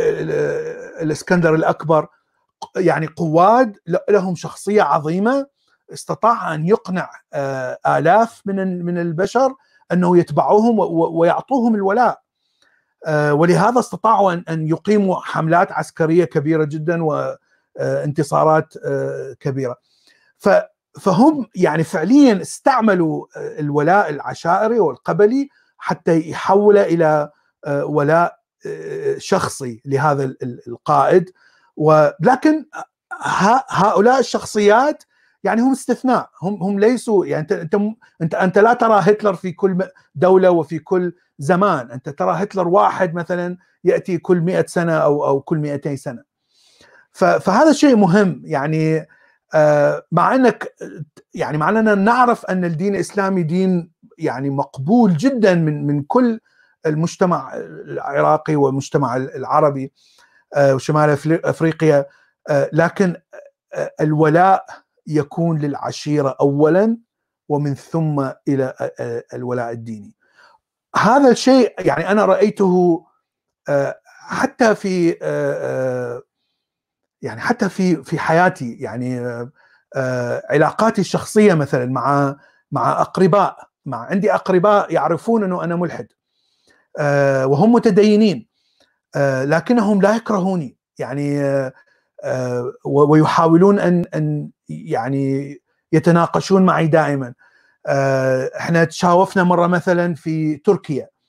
S2: الاسكندر الأكبر، يعني قواد لهم شخصية عظيمة، استطاع أن يقنع آلاف من من البشر أنه يتبعوهم ويعطوهم الولاء، ولهذا استطاعوا أن يقيموا حملات عسكرية كبيرة جدا وانتصارات كبيرة. فهم يعني فعليا استعملوا الولاء العشائري والقبلي حتى يحول إلى ولاء شخصي لهذا القائد. ولكن هؤلاء الشخصيات يعني هم استثناء، هم هم ليسوا، يعني انت انت انت لا ترى هتلر في كل دولة وفي كل زمان، انت ترى هتلر واحد مثلا يأتي كل مئة سنة او او كل مئتين سنة. فهذا شيء مهم، يعني مع انك يعني مع اننا نعرف ان الدين الاسلامي دين يعني مقبول جدا من من كل المجتمع العراقي والمجتمع العربي وشمال افريقيا، لكن الولاء يكون للعشيرة اولا، ومن ثم الى الولاء الديني. هذا الشيء يعني انا رأيته حتى في يعني حتى في في حياتي، يعني علاقاتي الشخصية مثلا مع مع أقرباء، مع عندي أقرباء يعرفون أنه أنا ملحد وهم متدينين، لكنهم لا يكرهوني، يعني ويحاولون أن أن يعني يتناقشون معي دائما. احنا تشاوفنا مرة مثلا في تركيا،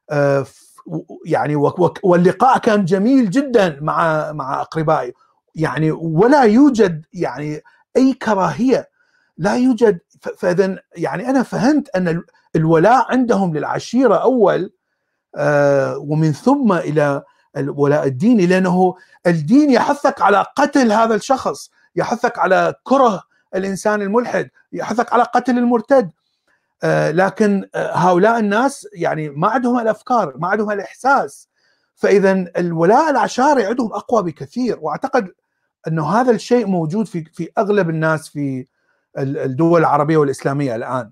S2: يعني واللقاء كان جميل جدا مع مع أقربائي، يعني ولا يوجد يعني أي كراهية، لا يوجد. فإذا يعني أنا فهمت أن الولاء عندهم للعشيرة أول، ومن ثم إلى الولاء الديني، لأنه الدين يحثك على قتل هذا الشخص، يحثك على كره الإنسان الملحد، يحثك على قتل المرتد. لكن هؤلاء الناس يعني ما عندهم الأفكار، ما عندهم الإحساس. فإذا الولاء العشائري عندهم أقوى بكثير، وأعتقد أنه هذا الشيء موجود في في أغلب الناس في الدول العربية والإسلامية الآن.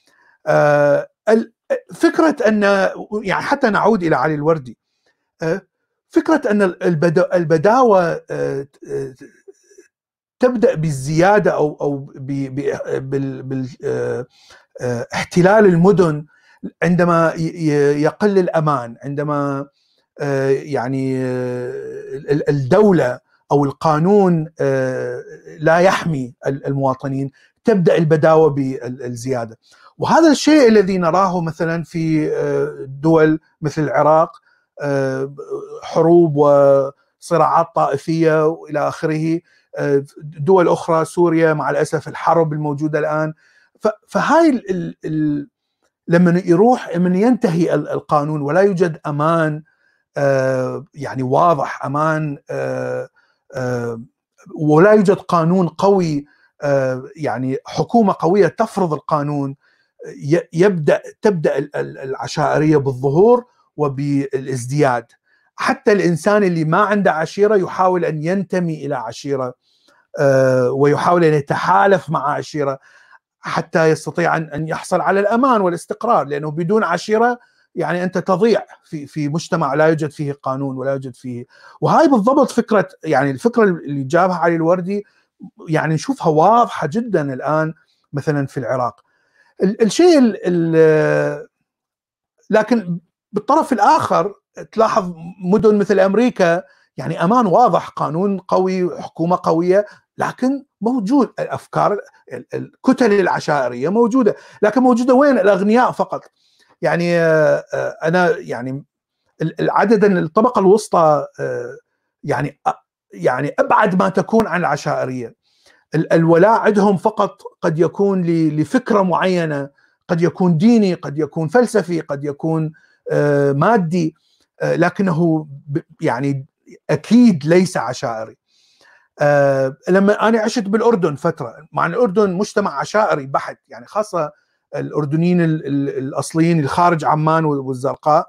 S2: فكرة أن يعني حتى نعود إلى علي الوردي، فكرة أن البداوة تبدأ بالزيادة أو أو باحتلال المدن عندما يقل الأمان، عندما يعني الدولة أو القانون لا يحمي المواطنين، تبدأ البداوة بالزيادة. وهذا الشيء الذي نراه مثلا في دول مثل العراق، حروب وصراعات طائفية وإلى آخره، دول أخرى سوريا مع الأسف الحرب الموجودة الآن. فهاي ال ال لما يروح من ينتهي القانون ولا يوجد أمان يعني واضح، أمان ولا يوجد قانون قوي، يعني حكومة قوية تفرض القانون، يبدأ تبدأ العشائرية بالظهور وبالازدياد. حتى الإنسان اللي ما عنده عشيرة يحاول أن ينتمي إلى عشيرة، ويحاول أن يتحالف مع عشيرة حتى يستطيع أن يحصل على الأمان والاستقرار، لأنه بدون عشيرة يعني أنت تضيع في في مجتمع لا يوجد فيه قانون ولا يوجد فيه. وهاي بالضبط فكرة، يعني الفكرة اللي جابها علي الوردي يعني نشوفها واضحة جدا الآن مثلا في العراق. الشيء ال ال لكن بالطرف الآخر تلاحظ مدن مثل أمريكا يعني أمان واضح، قانون قوي، حكومة قوية، لكن موجود الأفكار الكتل العشائرية موجودة، لكن موجودة وين؟ الأغنياء فقط. يعني أنا يعني العدد الطبقة الوسطى يعني يعني أبعد ما تكون عن العشائرية. الولاء عندهم فقط قد يكون لفكرة معينة، قد يكون ديني، قد يكون فلسفي، قد يكون مادي، لكنه يعني أكيد ليس عشائري. لما أنا عشت بالأردن فترة، مع الأردن مجتمع عشائري بحت، يعني خاصة الأردنيين الأصليين الخارج عمان والزرقاء،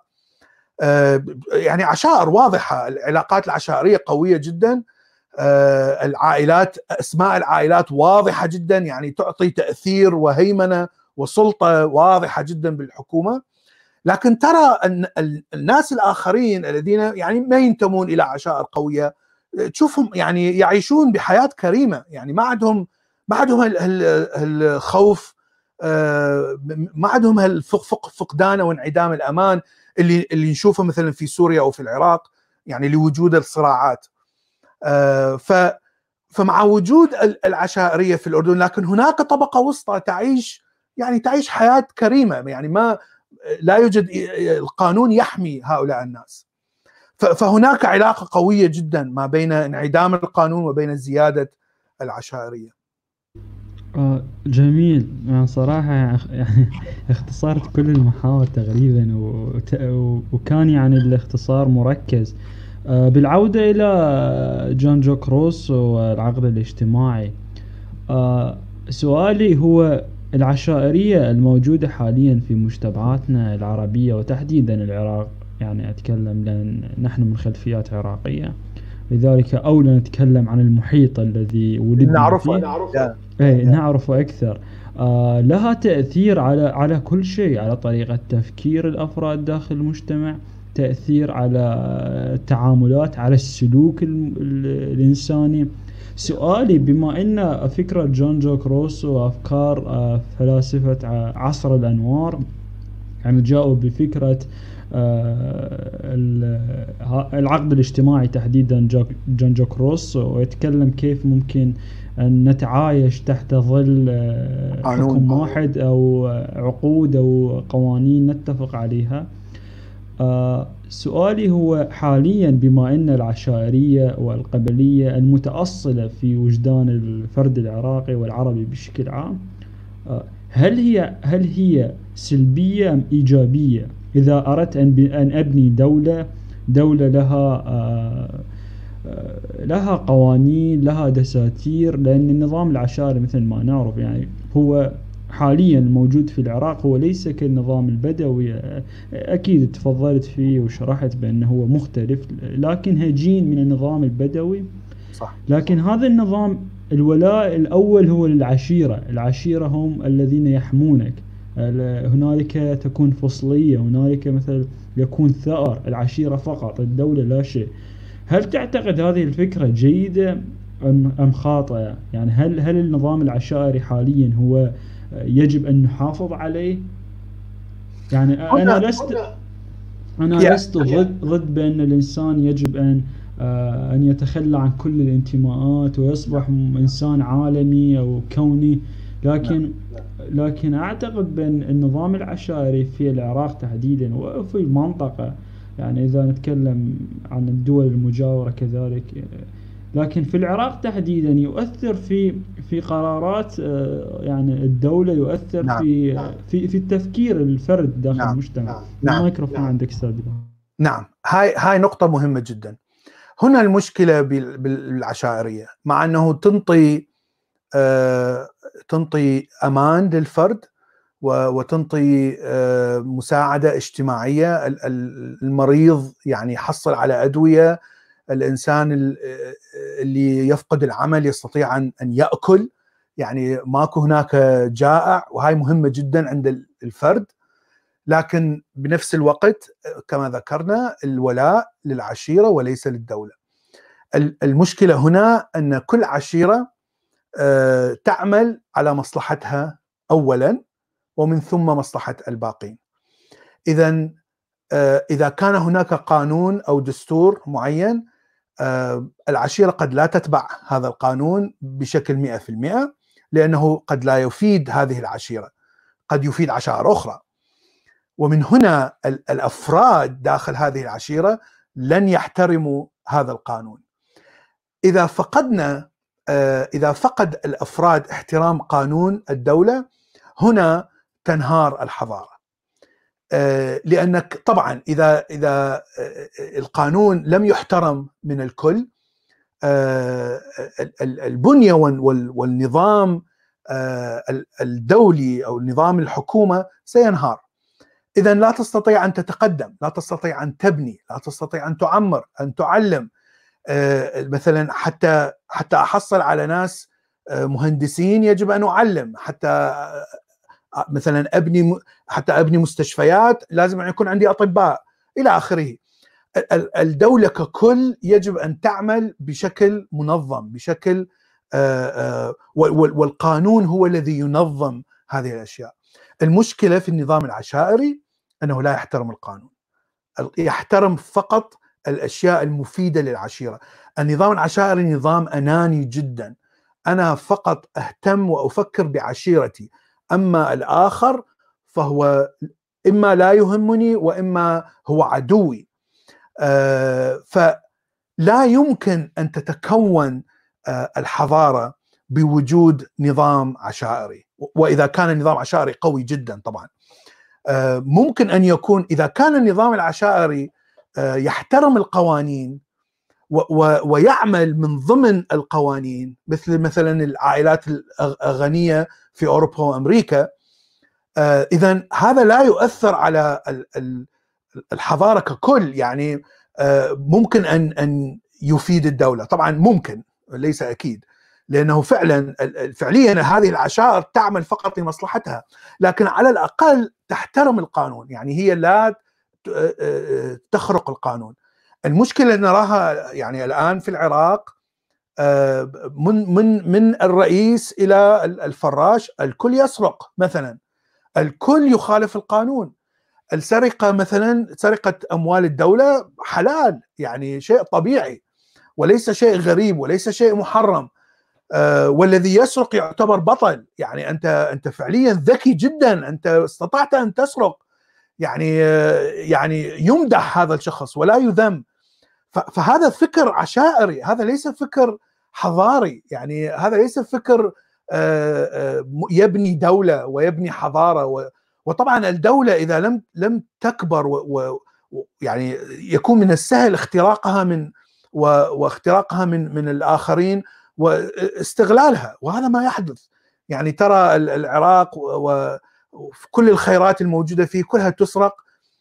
S2: يعني عشائر واضحة، العلاقات العشائرية قوية جدا، العائلات، أسماء العائلات واضحة جدا، يعني تعطي تأثير وهيمنة وسلطة واضحة جدا بالحكومة. لكن ترى أن الناس الآخرين الذين يعني ما ينتمون إلى عشائر قوية، تشوفهم يعني يعيشون بحياة كريمة، يعني ما عندهم ما عندهم الخوف، ما عندهم الفقدان وانعدام الأمان اللي اللي نشوفه مثلا في سوريا أو في العراق، يعني لوجود الصراعات. ف فمع وجود العشائرية في الأردن، لكن هناك طبقة وسطى تعيش يعني تعيش حياة كريمة، يعني ما لا يوجد القانون يحمي هؤلاء الناس. فهناك علاقة قوية جدا ما بين انعدام القانون وبين زيادة العشائرية.
S1: آه جميل، يعني صراحة يعني اختصرت كل المحاور تقريبا، وكان يعني الاختصار مركز. آه بالعودة إلى جون جاك روسو والعقد الاجتماعي، آه سؤالي هو العشائرية الموجودة حاليا في مجتمعاتنا العربية وتحديدا العراق، يعني أتكلم لأن نحن من خلفيات عراقية، لذلك أولى نتكلم عن المحيط الذي ولدنا
S2: نعرفه
S1: فيه.
S2: نعرفه
S1: ايه نعرفه أكثر. آه لها تأثير على على كل شيء، على طريقة تفكير الأفراد داخل المجتمع، تأثير على التعاملات، على السلوك الإنساني. سؤالي، بما أن فكرة جون جاك روسو وأفكار آه فلاسفة عصر الأنوار يعني جاءوا بفكرة آه العقد الاجتماعي تحديدا جون جاك روسو، ويتكلم كيف ممكن أن نتعايش تحت ظل حكم واحد أو عقود أو قوانين نتفق عليها. آه سؤالي هو حاليا، بما أن العشائرية والقبلية المتأصلة في وجدان الفرد العراقي والعربي بشكل عام، آه هل هي هل هي سلبية أم إيجابية؟ إذا أردت أن أن أبني دولة دولة لها آه لها قوانين، لها دساتير، لأن النظام العشائري مثل ما نعرف يعني هو حاليا موجود في العراق هو ليس كالنظام البدوي. أكيد تفضلت فيه وشرحت بأنه هو مختلف، لكن هجين من النظام البدوي.
S2: صح.
S1: لكن هذا النظام الولاء الأول هو للعشيرة، العشيرة هم الذين يحمونك. هنالك تكون فصلية، هنالك مثل يكون ثأر، العشيرة فقط، الدولة لا شيء. هل تعتقد هذه الفكرة جيدة أم أم خاطئة؟ يعني هل هل النظام العشائري حاليا هو يجب أن نحافظ عليه؟ يعني أنا لست أنا لست ضد ضد بأن الإنسان يجب أن آه أن يتخلى عن كل الانتماءات ويصبح إنسان عالمي أو كوني، لكن لكن أعتقد بأن النظام العشائري في العراق تحديدا وفي المنطقة، يعني إذا نتكلم عن الدول المجاورة كذلك، لكن في العراق تحديدا يؤثر في في قرارات يعني الدولة، يؤثر نعم. في في في التفكير الفرد داخل نعم. المجتمع. نعم. الميكروفون نعم. عندك استاذ.
S2: نعم، هاي هاي نقطة مهمة جدا. هنا المشكلة بالعشائرية، مع أنه تنطي آه تنطي أمان للفرد وتنطي آه مساعدة اجتماعية، المريض يعني يحصل على أدوية، الإنسان اللي يفقد العمل يستطيع أن يأكل، يعني ماكو هناك جائع، وهاي مهمة جدا عند الفرد. لكن بنفس الوقت كما ذكرنا الولاء للعشيرة وليس للدولة. المشكلة هنا أن كل عشيرة تعمل على مصلحتها أولا ومن ثم مصلحة الباقين. إذن إذا كان هناك قانون أو دستور معين، العشيرة قد لا تتبع هذا القانون بشكل مئة في المئة، لأنه قد لا يفيد هذه العشيرة، قد يفيد عشائر أخرى، ومن هنا الأفراد داخل هذه العشيرة لن يحترموا هذا القانون. إذا فقدنا إذا فقد الأفراد احترام قانون الدولة، هنا تنهار الحضارة. لأنك طبعا إذا إذا القانون لم يحترم من الكل، البنية والنظام الدولي أو نظام الحكومة سينهار. إذن لا تستطيع أن تتقدم، لا تستطيع أن تبني، لا تستطيع أن تعمر، أن تعلم. مثلا حتى حتى أحصل على ناس مهندسين يجب أن أعلم، حتى مثلا أبني حتى أبني مستشفيات لازم أن يكون عندي أطباء إلى آخره. الدولة ككل يجب أن تعمل بشكل منظم، بشكل والقانون هو الذي ينظم هذه الأشياء. المشكلة في النظام العشائري أنه لا يحترم القانون، يحترم فقط الأشياء المفيدة للعشيرة. النظام العشائري نظام أناني جدا، أنا فقط أهتم وأفكر بعشيرتي، أما الآخر فهو إما لا يهمني وإما هو عدوي. آه فلا يمكن أن تتكون آه الحضارة بوجود نظام عشائري، وإذا كان النظام العشائري قوي جدا طبعا. آه ممكن أن يكون إذا كان النظام العشائري آه يحترم القوانين ويعمل من ضمن القوانين، مثل مثلا العائلات الغنية في أوروبا وأمريكا، آه إذن هذا لا يؤثر على الحضارة ككل. يعني آه ممكن أن أن يفيد الدولة، طبعا ممكن، ليس أكيد، لأنه فعلا فعليا هذه العشائر تعمل فقط لمصلحتها، لكن على الأقل تحترم القانون، يعني هي لا تخرق القانون. المشكلة نراها يعني الآن في العراق، من من من الرئيس إلى الفراش الكل يسرق مثلا، الكل يخالف القانون. السرقة مثلا، سرقة أموال الدولة حلال، يعني شيء طبيعي وليس شيء غريب وليس شيء محرم. أه والذي يسرق يعتبر بطل، يعني أنت أنت فعليا ذكي جدا، أنت استطعت أن تسرق، يعني يعني يمدح هذا الشخص ولا يذم. فهذا فكر عشائري، هذا ليس فكر حضاري، يعني هذا ليس فكر يبني دولة ويبني حضارة. وطبعا الدولة إذا لم لم تكبر ويعني يكون من السهل اختراقها من واختراقها من من الآخرين واستغلالها، وهذا ما يحدث. يعني ترى العراق وكل الخيرات الموجودة فيه كلها تسرق.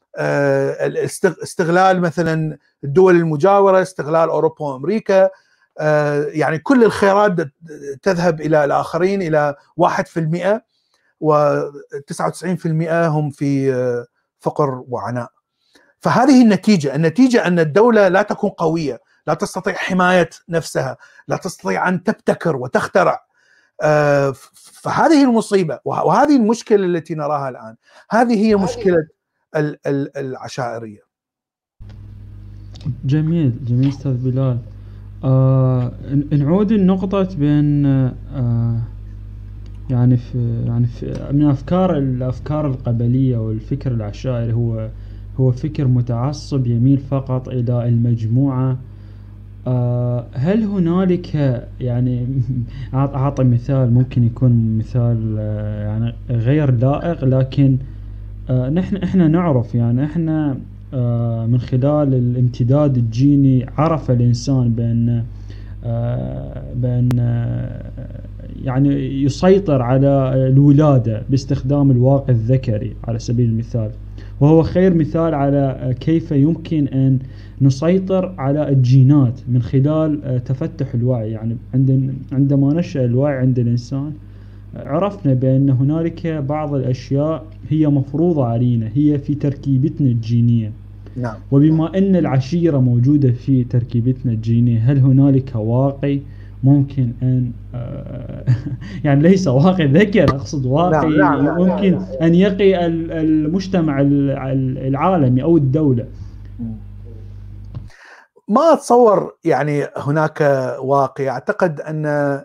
S2: استغلال مثلا الدول المجاورة، استغلال أوروبا وأمريكا، يعني كل الخيرات تذهب إلى الآخرين، إلى واحد في المئة، وتسعة وتسعين في المئة هم في فقر وعناء. فهذه النتيجة النتيجة أن الدولة لا تكون قوية، لا تستطيع حماية نفسها، لا تستطيع أن تبتكر وتخترع. فهذه المصيبة وهذه المشكلة التي نراها الآن. هذه هي مشكلة العشائرية.
S1: جميل جميل أستاذ بلال. آه نعود النقطة بين آه يعني في يعني في من أفكار الأفكار القبلية والفكر العشائري هو هو فكر متعصب يميل فقط إلى المجموعة. آه هل هنالك يعني أعطي مثال ممكن يكون مثال آه يعني غير لائق، لكن آه نحن إحنا نعرف يعني إحنا آه من خلال الامتداد الجيني عرف الإنسان بأن آه بأن آه يعني يسيطر على الولادة باستخدام الواقع الذكري على سبيل المثال، وهو خير مثال على كيف يمكن أن نسيطر على الجينات من خلال تفتح الوعي. يعني عندما نشأ الوعي عند الإنسان عرفنا بأن هنالك بعض الأشياء هي مفروضة علينا، هي في تركيبتنا الجينية.
S2: نعم.
S1: وبما أن العشيرة موجودة في تركيبتنا الجينية، هل هنالك واقع ممكن أن يعني ليس واقع ذكر، أقصد واقع نعم نعم ممكن نعم نعم. أن يقي المجتمع العالمي أو الدولة؟
S2: ما أتصور يعني هناك واقع. أعتقد أن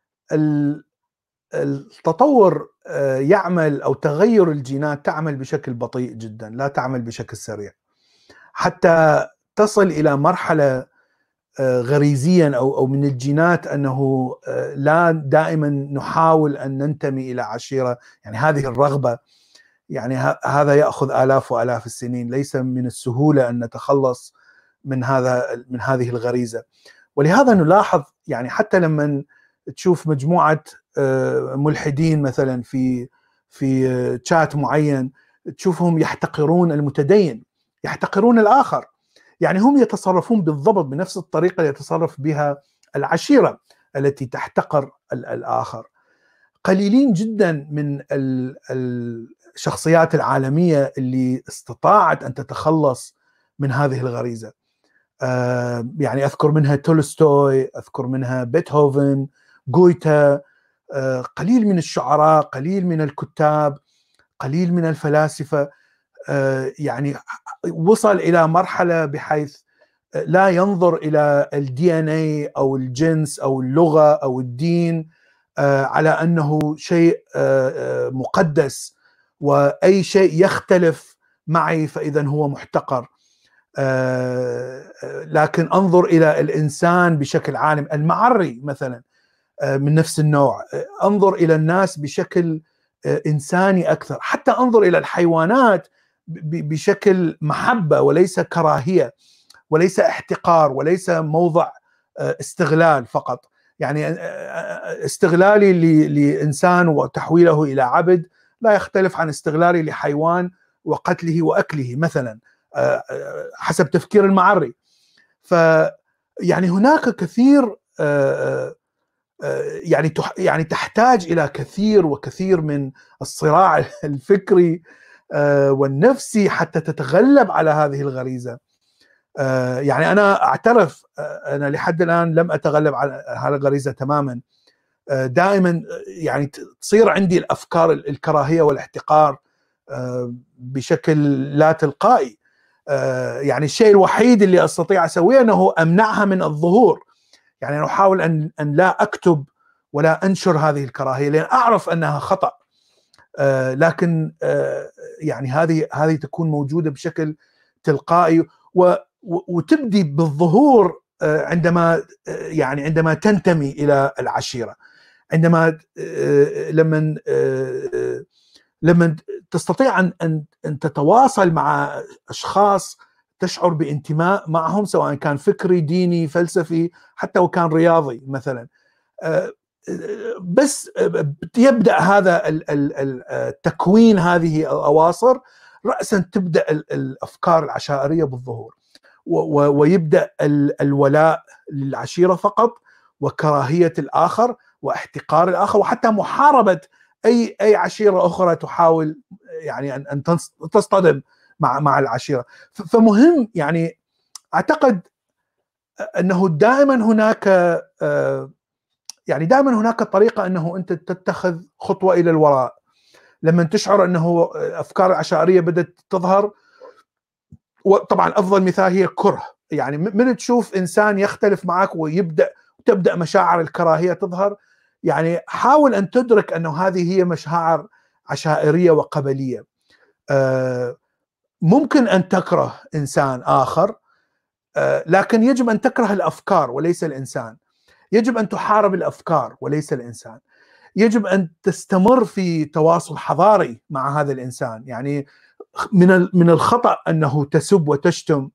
S2: التطور يعمل أو تغير الجينات تعمل بشكل بطيء جدا، لا تعمل بشكل سريع حتى تصل إلى مرحلة غريزيا أو أو من الجينات أنه لا دائما نحاول أن ننتمي إلى عشيرة. يعني هذه الرغبة يعني هذا يأخذ آلاف وآلاف السنين، ليس من السهولة أن نتخلص من هذا من هذه الغريزة. ولهذا نلاحظ يعني حتى لما تشوف مجموعة ملحدين مثلا في في شات معين، تشوفهم يحتقرون المتدين، يحتقرون الآخر. يعني هم يتصرفون بالضبط بنفس الطريقة اللي يتصرف بها العشيرة التي تحتقر الآخر. قليلين جدا من الشخصيات العالمية اللي استطاعت أن تتخلص من هذه الغريزة. آه يعني أذكر منها تولستوي، أذكر منها بيتهوفن، غويتا، آه قليل من الشعراء، قليل من الكتاب، قليل من الفلاسفة. آه يعني وصل إلى مرحلة بحيث لا ينظر إلى الدي ان اي أو الجنس أو اللغة أو الدين آه على أنه شيء آه مقدس، وأي شيء يختلف معي فإذا هو محتقر. آه لكن أنظر إلى الإنسان بشكل عام. المعري مثلا آه من نفس النوع. آه أنظر إلى الناس بشكل آه إنساني أكثر. حتى أنظر إلى الحيوانات بشكل محبة وليس كراهية، وليس احتقار، وليس موضع آه استغلال فقط. يعني آه استغلالي لإنسان وتحويله إلى عبد لا يختلف عن استغلالي لحيوان وقتله وأكله مثلا حسب تفكير المعري. فيعني هناك كثير يعني يعني تحتاج إلى كثير وكثير من الصراع الفكري والنفسي حتى تتغلب على هذه الغريزة. يعني أنا أعترف أنا لحد الآن لم أتغلب على هذه الغريزة تماما. دائما يعني تصير عندي الأفكار الكراهية والاحتقار بشكل لا تلقائي. يعني الشيء الوحيد اللي أستطيع أسويه أنه أمنعها من الظهور. يعني أنا أحاول أن أن لا أكتب ولا أنشر هذه الكراهية، لأن أعرف أنها خطأ. آه لكن آه يعني هذه هذه تكون موجودة بشكل تلقائي وتبدي بالظهور آه عندما آه يعني عندما تنتمي إلى العشيرة، عندما آه لما آه لما تستطيع أن أن أن تتواصل مع أشخاص تشعر بانتماء معهم، سواء كان فكري، ديني، فلسفي، حتى وكان رياضي مثلا. بس يبدأ هذا التكوين، هذه الأواصر رأسا تبدأ الأفكار العشائرية بالظهور، ويبدأ الولاء للعشيرة فقط، وكراهية الآخر، واحتقار الآخر، وحتى محاربة أي أي عشيرة أخرى تحاول يعني أن أن تصطدم مع مع العشيرة. فمهم يعني أعتقد أنه دائما هناك يعني دائما هناك طريقة أنه أنت تتخذ خطوة إلى الوراء لما تشعر أنه أفكار العشائرية بدأت تظهر. وطبعا أفضل مثال هي الكره، يعني من تشوف إنسان يختلف معك ويبدأ تبدأ مشاعر الكراهية تظهر، يعني حاول أن تدرك أنه هذه هي مشاعر عشائرية وقبلية. ممكن أن تكره إنسان آخر، لكن يجب أن تكره الأفكار وليس الإنسان. يجب أن تحارب الأفكار وليس الإنسان. يجب أن تستمر في تواصل حضاري مع هذا الإنسان. يعني من من الخطأ أنه تسب وتشتم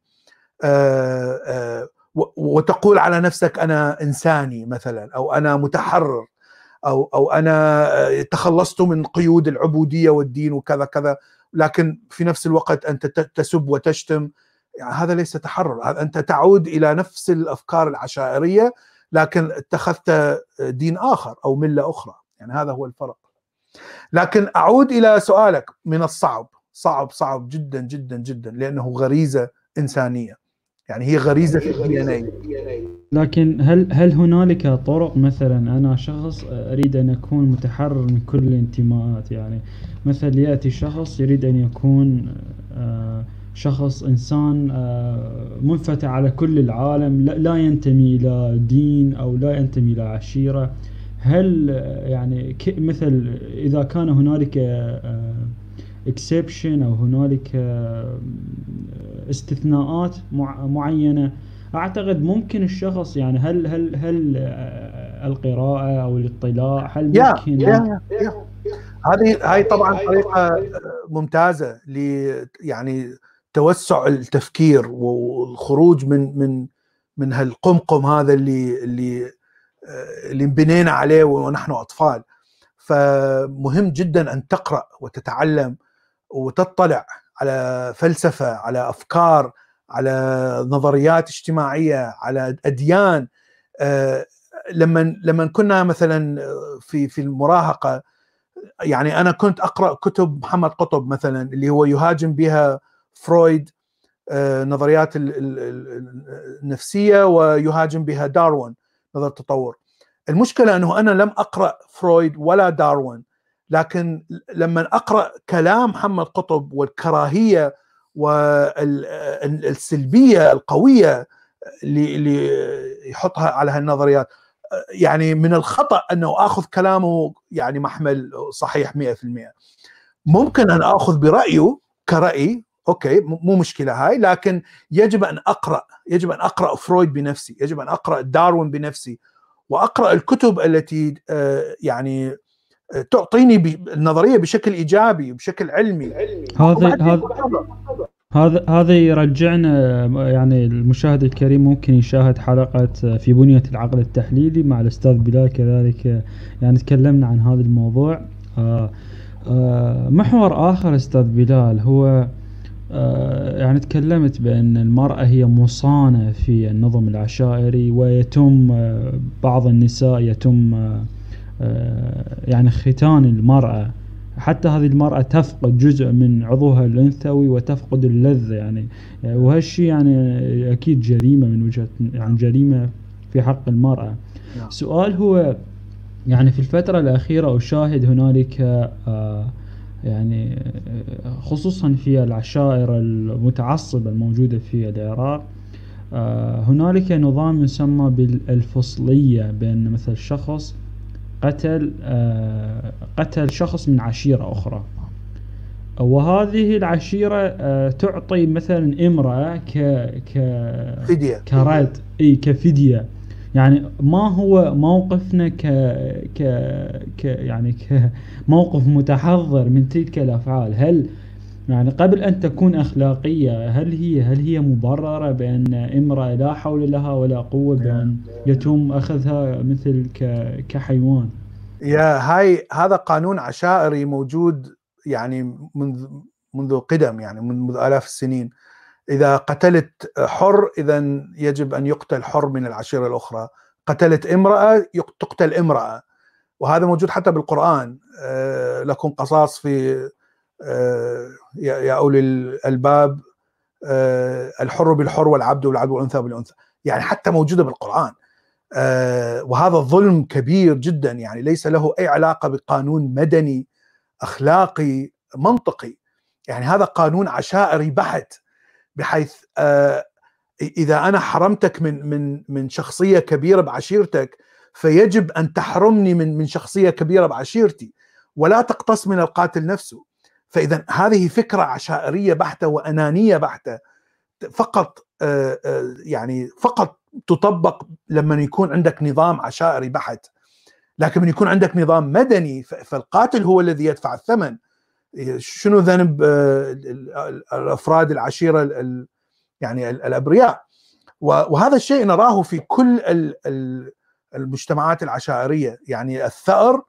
S2: وتقول على نفسك أنا إنساني مثلا، أو أنا متحرر، أو أو أنا تخلصت من قيود العبودية والدين وكذا كذا، لكن في نفس الوقت أنت تسب وتشتم. يعني هذا ليس تحرر، أنت تعود إلى نفس الأفكار العشائرية لكن اتخذت دين آخر أو ملة أخرى. يعني هذا هو الفرق. لكن أعود إلى سؤالك، من الصعب صعب صعب جدا جدا جدا، لأنه غريزة إنسانية، يعني هي غريزة في الدي إن إيه.
S1: لكن هل هل هنالك طرق؟ مثلا أنا شخص أريد أن أكون متحرر من كل الانتماءات، يعني مثل يأتي شخص يريد أن يكون شخص إنسان منفتح على كل العالم، لا ينتمي إلى دين أو لا ينتمي إلى عشيرة. هل يعني مثل إذا كان هنالك exception أو هنالك استثناءات معينة، أعتقد ممكن الشخص يعني هل هل هل القراءة أو الاطلاع هل ممكن؟
S2: هذه هاي طبعا طريقة ممتازة ل يعني توسع التفكير والخروج من من من هالقمقم هذا اللي اللي اللي بنينا عليه ونحن أطفال. فمهم جدا أن تقرأ وتتعلم وتطلع على فلسفة، على أفكار، على نظريات اجتماعية، على أديان. لما لما كنا مثلا في في المراهقة، يعني أنا كنت أقرأ كتب محمد قطب مثلا اللي هو يهاجم بها فرويد نظريات النفسية ويهاجم بها داروين نظرية التطور. المشكلة أنه أنا لم أقرأ فرويد ولا داروين، لكن لما أقرأ كلام محمد قطب والكراهية والسلبية القوية اللي يحطها على هالنظريات، يعني من الخطأ أنه أخذ كلامه يعني محمل صحيح مئة في المئة. ممكن أن أخذ برأيه كرأي، أوكي مو مشكلة هاي، لكن يجب أن أقرأ يجب أن أقرأ فرويد بنفسي، يجب أن أقرأ داروين بنفسي، وأقرأ الكتب التي يعني تعطيني النظرية بشكل إيجابي بشكل علمي.
S1: هذا هذا هذا هذا يرجعنا، يعني المشاهد الكريم ممكن يشاهد حلقة في بنية العقل التحليلي مع الأستاذ بلال كذلك، يعني تكلمنا عن هذا الموضوع. آآ آآ محور آخر أستاذ بلال هو يعني تكلمت بأن المرأة هي مصانة في النظم العشائري، ويتم بعض النساء يتم يعني ختان المرأة، حتى هذه المرأة تفقد جزء من عضوها الأنثوي وتفقد اللذة، يعني وهالشيء يعني أكيد جريمة من وجهة يعني جريمة في حق المرأة. سؤال هو يعني في الفترة الأخيرة أشاهد هنالك آه يعني خصوصا في العشائر المتعصبة الموجودة في العراق، آه هنالك نظام يسمى بالفصلية، بأن مثل شخص قتل آه قتل شخص من عشيرة أخرى، وهذه العشيرة تعطي مثلا امرأة ك ك
S2: فدية
S1: كرد اي كفدية. يعني ما هو موقفنا ك ك ك يعني كموقف متحضر من تلك الأفعال؟ هل يعني قبل أن تكون أخلاقية هل هي هل هي مبررة بأن امرأة لا حول لها ولا قوة بأن يتم أخذها مثل ك كحيوان؟
S2: يا هاي هذا قانون عشائري موجود يعني منذ منذ قدم، يعني منذ آلاف السنين. إذا قتلت حر إذا يجب أن يقتل حر من العشيرة الأخرى، قتلت امرأة تقتل امرأة، وهذا موجود حتى بالقرآن. أه لكم قصاص في أه يا أولي الألباب، أه الحر بالحر والعبد والعبد والأنثى بالأنثى، يعني حتى موجودة بالقرآن. أه وهذا الظلم كبير جدا، يعني ليس له أي علاقة بقانون مدني أخلاقي منطقي، يعني هذا قانون عشائري بحت، بحيث أه إذا أنا حرمتك من من من شخصية كبيرة بعشيرتك فيجب أن تحرمني من من شخصية كبيرة بعشيرتي، ولا تقتص من القاتل نفسه. فإذا هذه فكرة عشائرية بحتة وأنانية بحتة، فقط أه أه يعني فقط تطبق لما يكون عندك نظام عشائري بحت. لكن من يكون عندك نظام مدني فالقاتل هو الذي يدفع الثمن. شنو ذنب الأفراد العشيرة يعني الأبرياء؟ وهذا الشيء نراه في كل المجتمعات العشائرية. يعني الثأر،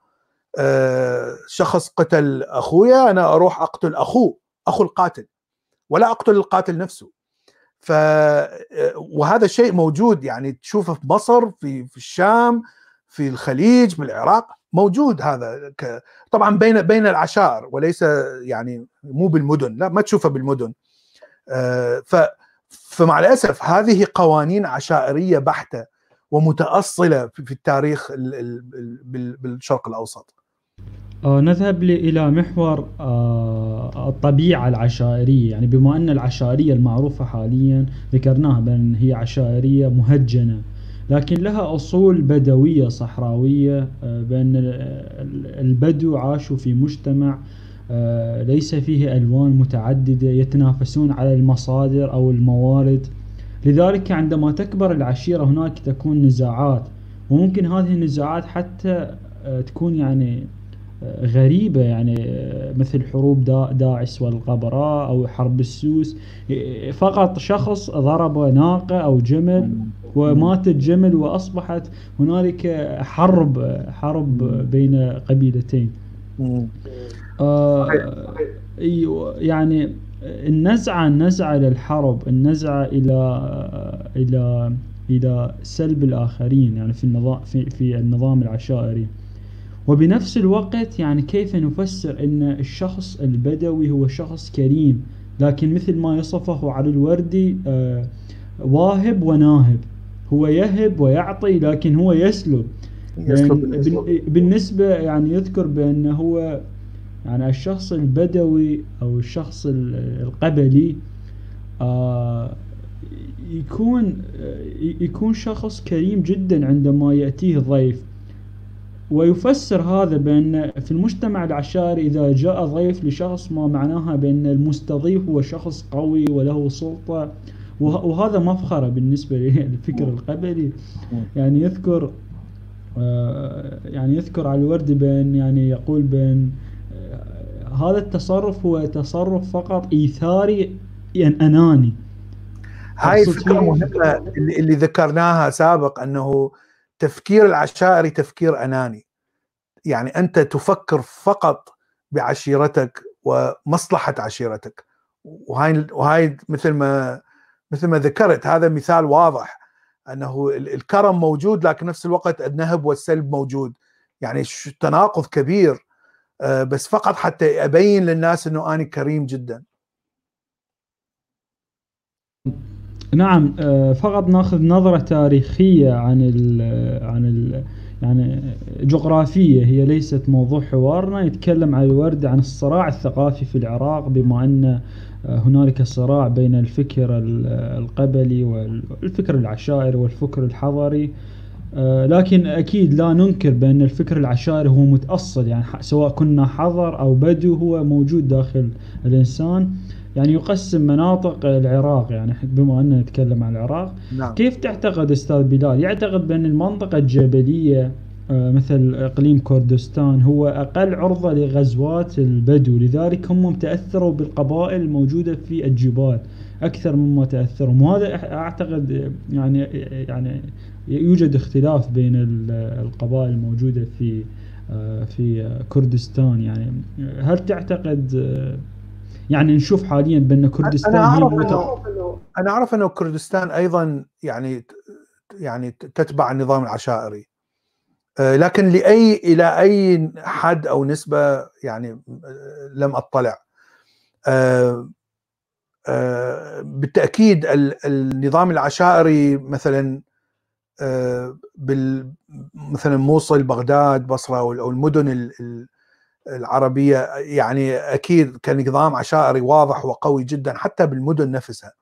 S2: شخص قتل أخويا، أنا أروح أقتل أخوه، أخو القاتل، ولا أقتل القاتل نفسه. ف وهذا الشيء موجود، يعني تشوفه في مصر، في في الشام، في الخليج، في العراق، موجود هذا. ك... طبعا بين بين العشائر وليس يعني مو بالمدن، لا ما تشوفه بالمدن. آه ف فمع الأسف هذه قوانين عشائرية بحتة ومتأصلة في التاريخ بالشرق الأوسط.
S1: آه نذهب إلى محور آه الطبيعة العشائرية. يعني بما أن العشائرية المعروفة حاليا ذكرناها بأن هي عشائرية مهجنة، لكن لها أصول بدوية صحراوية، آه بأن البدو عاشوا في مجتمع آه ليس فيه ألوان متعددة يتنافسون على المصادر أو الموارد. لذلك عندما تكبر العشيرة هناك تكون نزاعات، وممكن هذه النزاعات حتى آه تكون يعني غريبة، يعني مثل حروب دا داعش والغبراء أو حرب السوس. فقط شخص ضرب ناقة أو جمل ومات الجمل وأصبحت هنالك حرب حرب بين قبيلتين. آه يعني النزعة النزعة للحرب، النزعة إلى إلى إلى سلب الآخرين، يعني في النظام في في النظام العشائري. وبنفس الوقت يعني كيف نفسر أن الشخص البدوي هو شخص كريم، لكن مثل ما يصفه علي الوردي آه واهب وناهب، هو يهب ويعطي لكن هو يسلب. بالنسبة يعني يذكر بأنه هو يعني الشخص البدوي أو الشخص القبلي آه يكون يكون شخص كريم جدا عندما يأتيه ضيف، ويفسر هذا بأن في المجتمع العشائري إذا جاء ضيف لشخص ما معناها بأن المستضيف هو شخص قوي وله سلطة، وهذا مفخرة بالنسبة للفكر القبلي. يعني يذكر يعني يذكر على الوردي بأن يعني يقول بأن هذا التصرف هو تصرف فقط إيثاري أناني.
S2: هاي الفكرة مهمة اللي, اللي ذكرناها سابق، أنه تفكير العشائري تفكير أناني. يعني أنت تفكر فقط بعشيرتك ومصلحة عشيرتك، وهاي وهاي مثل ما مثل ما ذكرت، هذا مثال واضح أنه الكرم موجود لكن نفس الوقت النهب والسلب موجود، يعني تناقض كبير، بس فقط حتى أبين للناس أنه أنا كريم جدا.
S1: نعم، فقط ناخذ نظرة تاريخية عن ال عن ال يعني جغرافية، هي ليست موضوع حوارنا. يتكلم على الورد عن الصراع الثقافي في العراق، بما أن هنالك صراع بين الفكر القبلي والفكر العشائري والفكر الحضري. آه، لكن أكيد لا ننكر بأن الفكر العشائري هو متأصل، يعني سواء كنا حضر أو بدو هو موجود داخل الإنسان. يعني يقسم مناطق العراق، يعني بما أننا نتكلم عن العراق،
S2: نعم.
S1: كيف تعتقد أستاذ بلال؟ يعتقد بأن المنطقة الجبلية مثل إقليم كردستان هو أقل عرضة لغزوات البدو، لذلك هم تأثروا بالقبائل الموجودة في الجبال أكثر مما تأثروا. وهذا أعتقد يعني يعني يوجد اختلاف بين القبائل الموجودة في في كردستان. يعني هل تعتقد، يعني نشوف حاليا بأن كردستان
S2: أنا أعرف
S1: هي
S2: أنه أنا أعرف أنه كردستان أيضا يعني يعني تتبع النظام العشائري، لكن لأي إلى أي حد أو نسبة يعني لم أطلع. بالتأكيد النظام العشائري مثلا بال مثلا موصل، بغداد، بصرة أو المدن العربية، يعني أكيد كنظام عشائري واضح وقوي جدا حتى بالمدن نفسها.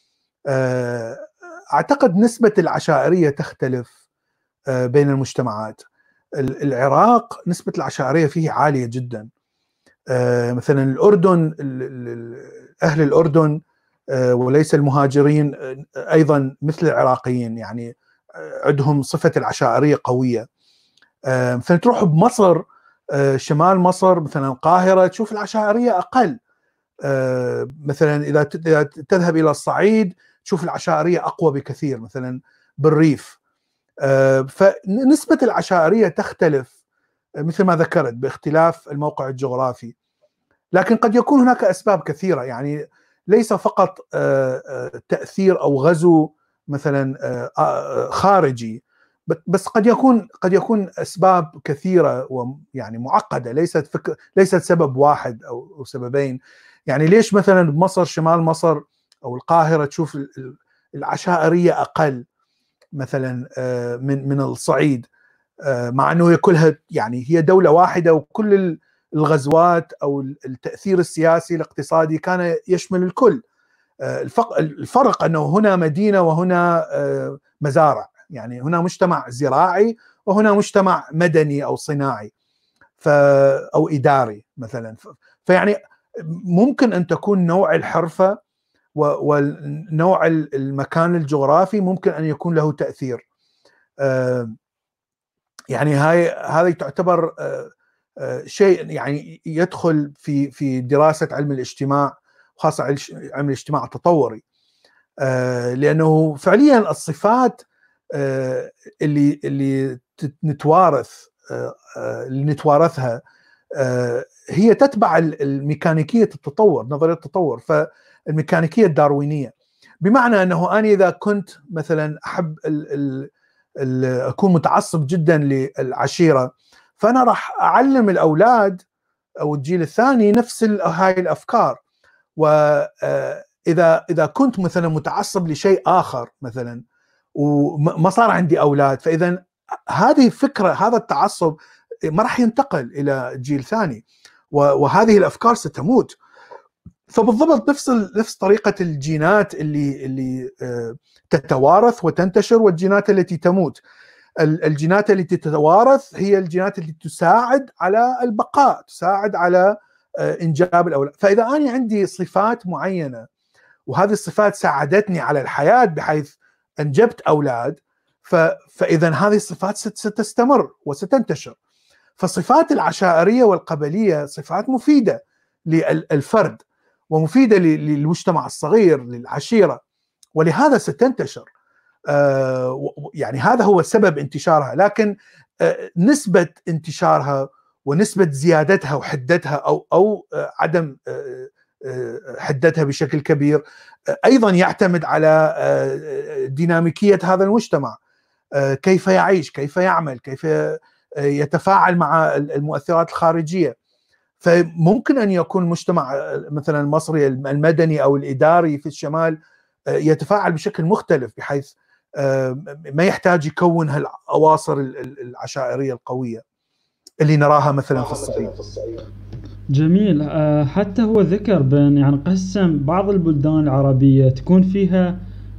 S2: أعتقد نسبة العشائرية تختلف بين المجتمعات. العراق نسبة العشائرية فيه عالية جدا. مثلا الأردن، أهل الأردن وليس المهاجرين أيضا مثل العراقيين، يعني عندهم صفة العشائرية قوية. مثلا تروح بمصر، شمال مصر مثلا القاهرة، تشوف العشائرية أقل. مثلا إذا تذهب إلى الصعيد تشوف العشائرية أقوى بكثير مثلا بالريف. فنسبة العشائرية تختلف مثل ما ذكرت باختلاف الموقع الجغرافي، لكن قد يكون هناك أسباب كثيرة. يعني ليس فقط تأثير أو غزو مثلا خارجي، بس قد يكون قد يكون أسباب كثيرة ويعني معقدة، ليست فكر ليست سبب واحد أو سببين. يعني ليش مثلا بمصر، شمال مصر أو القاهرة تشوف العشائرية أقل مثلا من من الصعيد، مع أنه هي كلها يعني هي دولة واحدة، وكل الغزوات أو التأثير السياسي الاقتصادي كان يشمل الكل. الفرق أنه هنا مدينة وهنا مزارع، يعني هنا مجتمع زراعي وهنا مجتمع مدني أو صناعي ف أو إداري مثلا. فيعني ممكن أن تكون نوع الحرفة ونوع المكان الجغرافي ممكن أن يكون له تأثير. يعني هاي هذه تعتبر شيء يعني يدخل في في دراسة علم الاجتماع، خاصة علم الاجتماع التطوري، لأنه فعليا الصفات اللي اللي نتوارث اللي نتوارثها هي تتبع الميكانيكية التطور، نظرية التطور، فالميكانيكية الداروينية. بمعنى أنه أنا إذا كنت مثلا أحب ال ال ال أكون متعصب جدا للعشيرة، فأنا راح أعلم الأولاد أو الجيل الثاني نفس هاي الأفكار. وإذا إذا كنت مثلا متعصب لشيء آخر مثلا وما صار عندي أولاد، فإذا هذه الفكرة، هذا التعصب ما راح ينتقل إلى جيل ثاني، وهذه الأفكار ستموت. فبالضبط نفس نفس طريقة الجينات اللي اللي تتوارث وتنتشر والجينات التي تموت. الجينات التي تتوارث هي الجينات التي تساعد على البقاء، تساعد على إنجاب الأولاد. فإذا أنا عندي صفات معينة وهذه الصفات ساعدتني على الحياة بحيث أنجبت أولاد، فإذا هذه الصفات ستستمر وستنتشر. فالصفات العشائرية والقبلية صفات مفيدة للفرد ومفيدة للمجتمع الصغير، للعشيرة، ولهذا ستنتشر. يعني هذا هو سبب انتشارها. لكن نسبة انتشارها ونسبة زيادتها وحدتها أو أو عدم حدتها بشكل كبير أيضا يعتمد على ديناميكية هذا المجتمع، كيف يعيش، كيف يعمل، كيف يتفاعل مع المؤثرات الخارجية. فممكن أن يكون المجتمع مثلا المصري المدني أو الإداري في الشمال يتفاعل بشكل مختلف بحيث ما يحتاج يكون هالأواصر العشائرية القوية اللي نراها مثلا في الصعيد.
S1: جميل. حتى هو ذكر بأن يعني قسم بعض البلدان العربية تكون فيها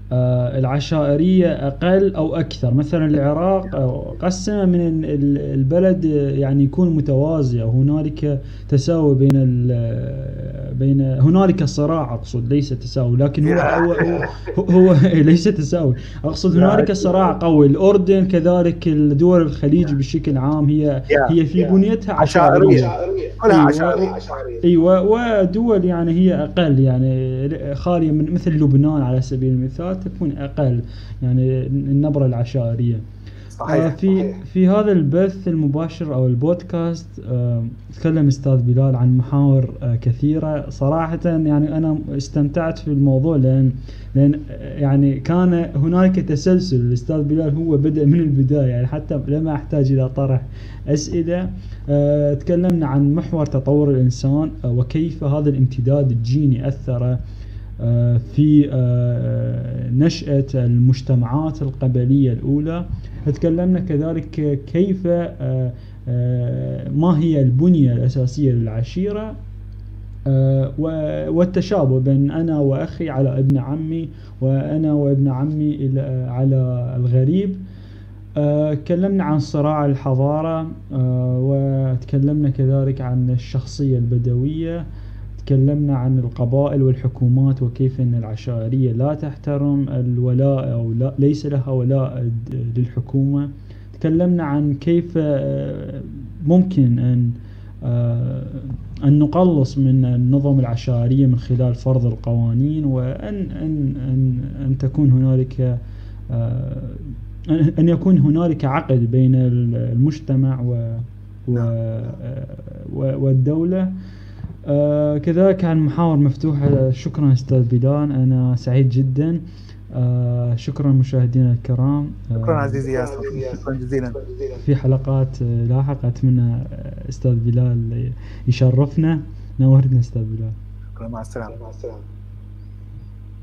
S1: آه، العشائرية أقل أو أكثر. مثلا العراق آه، قسم من ال- ال- البلد آه، يعني يكون متوازي، أو هنالك تساوي بين ال- بين هنالك صراع، أقصد ليس تساوي، لكن هو هو هو, هو ليس تساوي، أقصد هنالك صراع قوي. الأردن كذلك، الدول الخليج بشكل عام هي هي في بنيتها
S2: عشائرية،
S1: عشائرية.
S2: كلها
S1: ايوه،
S2: عشائرية.
S1: ايوه، ودول يعني هي اقل، يعني خاليه من مثل لبنان على سبيل المثال تكون اقل، يعني النبره العشائريه. آه،
S2: صحيح.
S1: في في هذا البث المباشر او البودكاست آه، تكلم استاذ بلال عن محاور آه، كثيره صراحه. يعني انا استمتعت في الموضوع، لان لان آه، يعني كان هناك تسلسل. الاستاذ بلال هو بدأ من البدايه، يعني حتى لما احتاج الى طرح اسئله. آه، تكلمنا عن محور تطور الانسان آه، وكيف هذا الامتداد الجيني اثر آه، في آه، نشأة المجتمعات القبلية الأولى. تكلمنا كذلك كيف آه، آه، ما هي البنية الأساسية للعشيرة، آه، و- والتشابه بين أنا وأخي على ابن عمي، وأنا وابن عمي إلى على الغريب. آه، تكلمنا عن صراع الحضارة، آه، وتكلمنا كذلك عن الشخصية البدوية. تكلمنا عن القبائل والحكومات، وكيف أن العشائرية لا تحترم الولاء، أو لا ليس لها ولاء د- للحكومة. تكلمنا عن كيف آه، ممكن أن آه، أن نقلص من النظم العشائرية من خلال فرض القوانين، وأن أن أن أن تكون هنالك آه، أن أن يكون هنالك عقد بين المجتمع و و و- والدولة. آه كذلك عن محاور مفتوحة. شكرا أستاذ بلال، أنا سعيد جدا. آه شكرا مشاهدينا الكرام.
S2: شكرا
S1: آه
S2: عزيزي ياسر، شكرا جزيلا.
S1: في حلقات آه، لاحقة أتمنى آه، أستاذ بلال يشرفنا. نورتنا أستاذ بلال.
S2: شكرا، مع السلامة.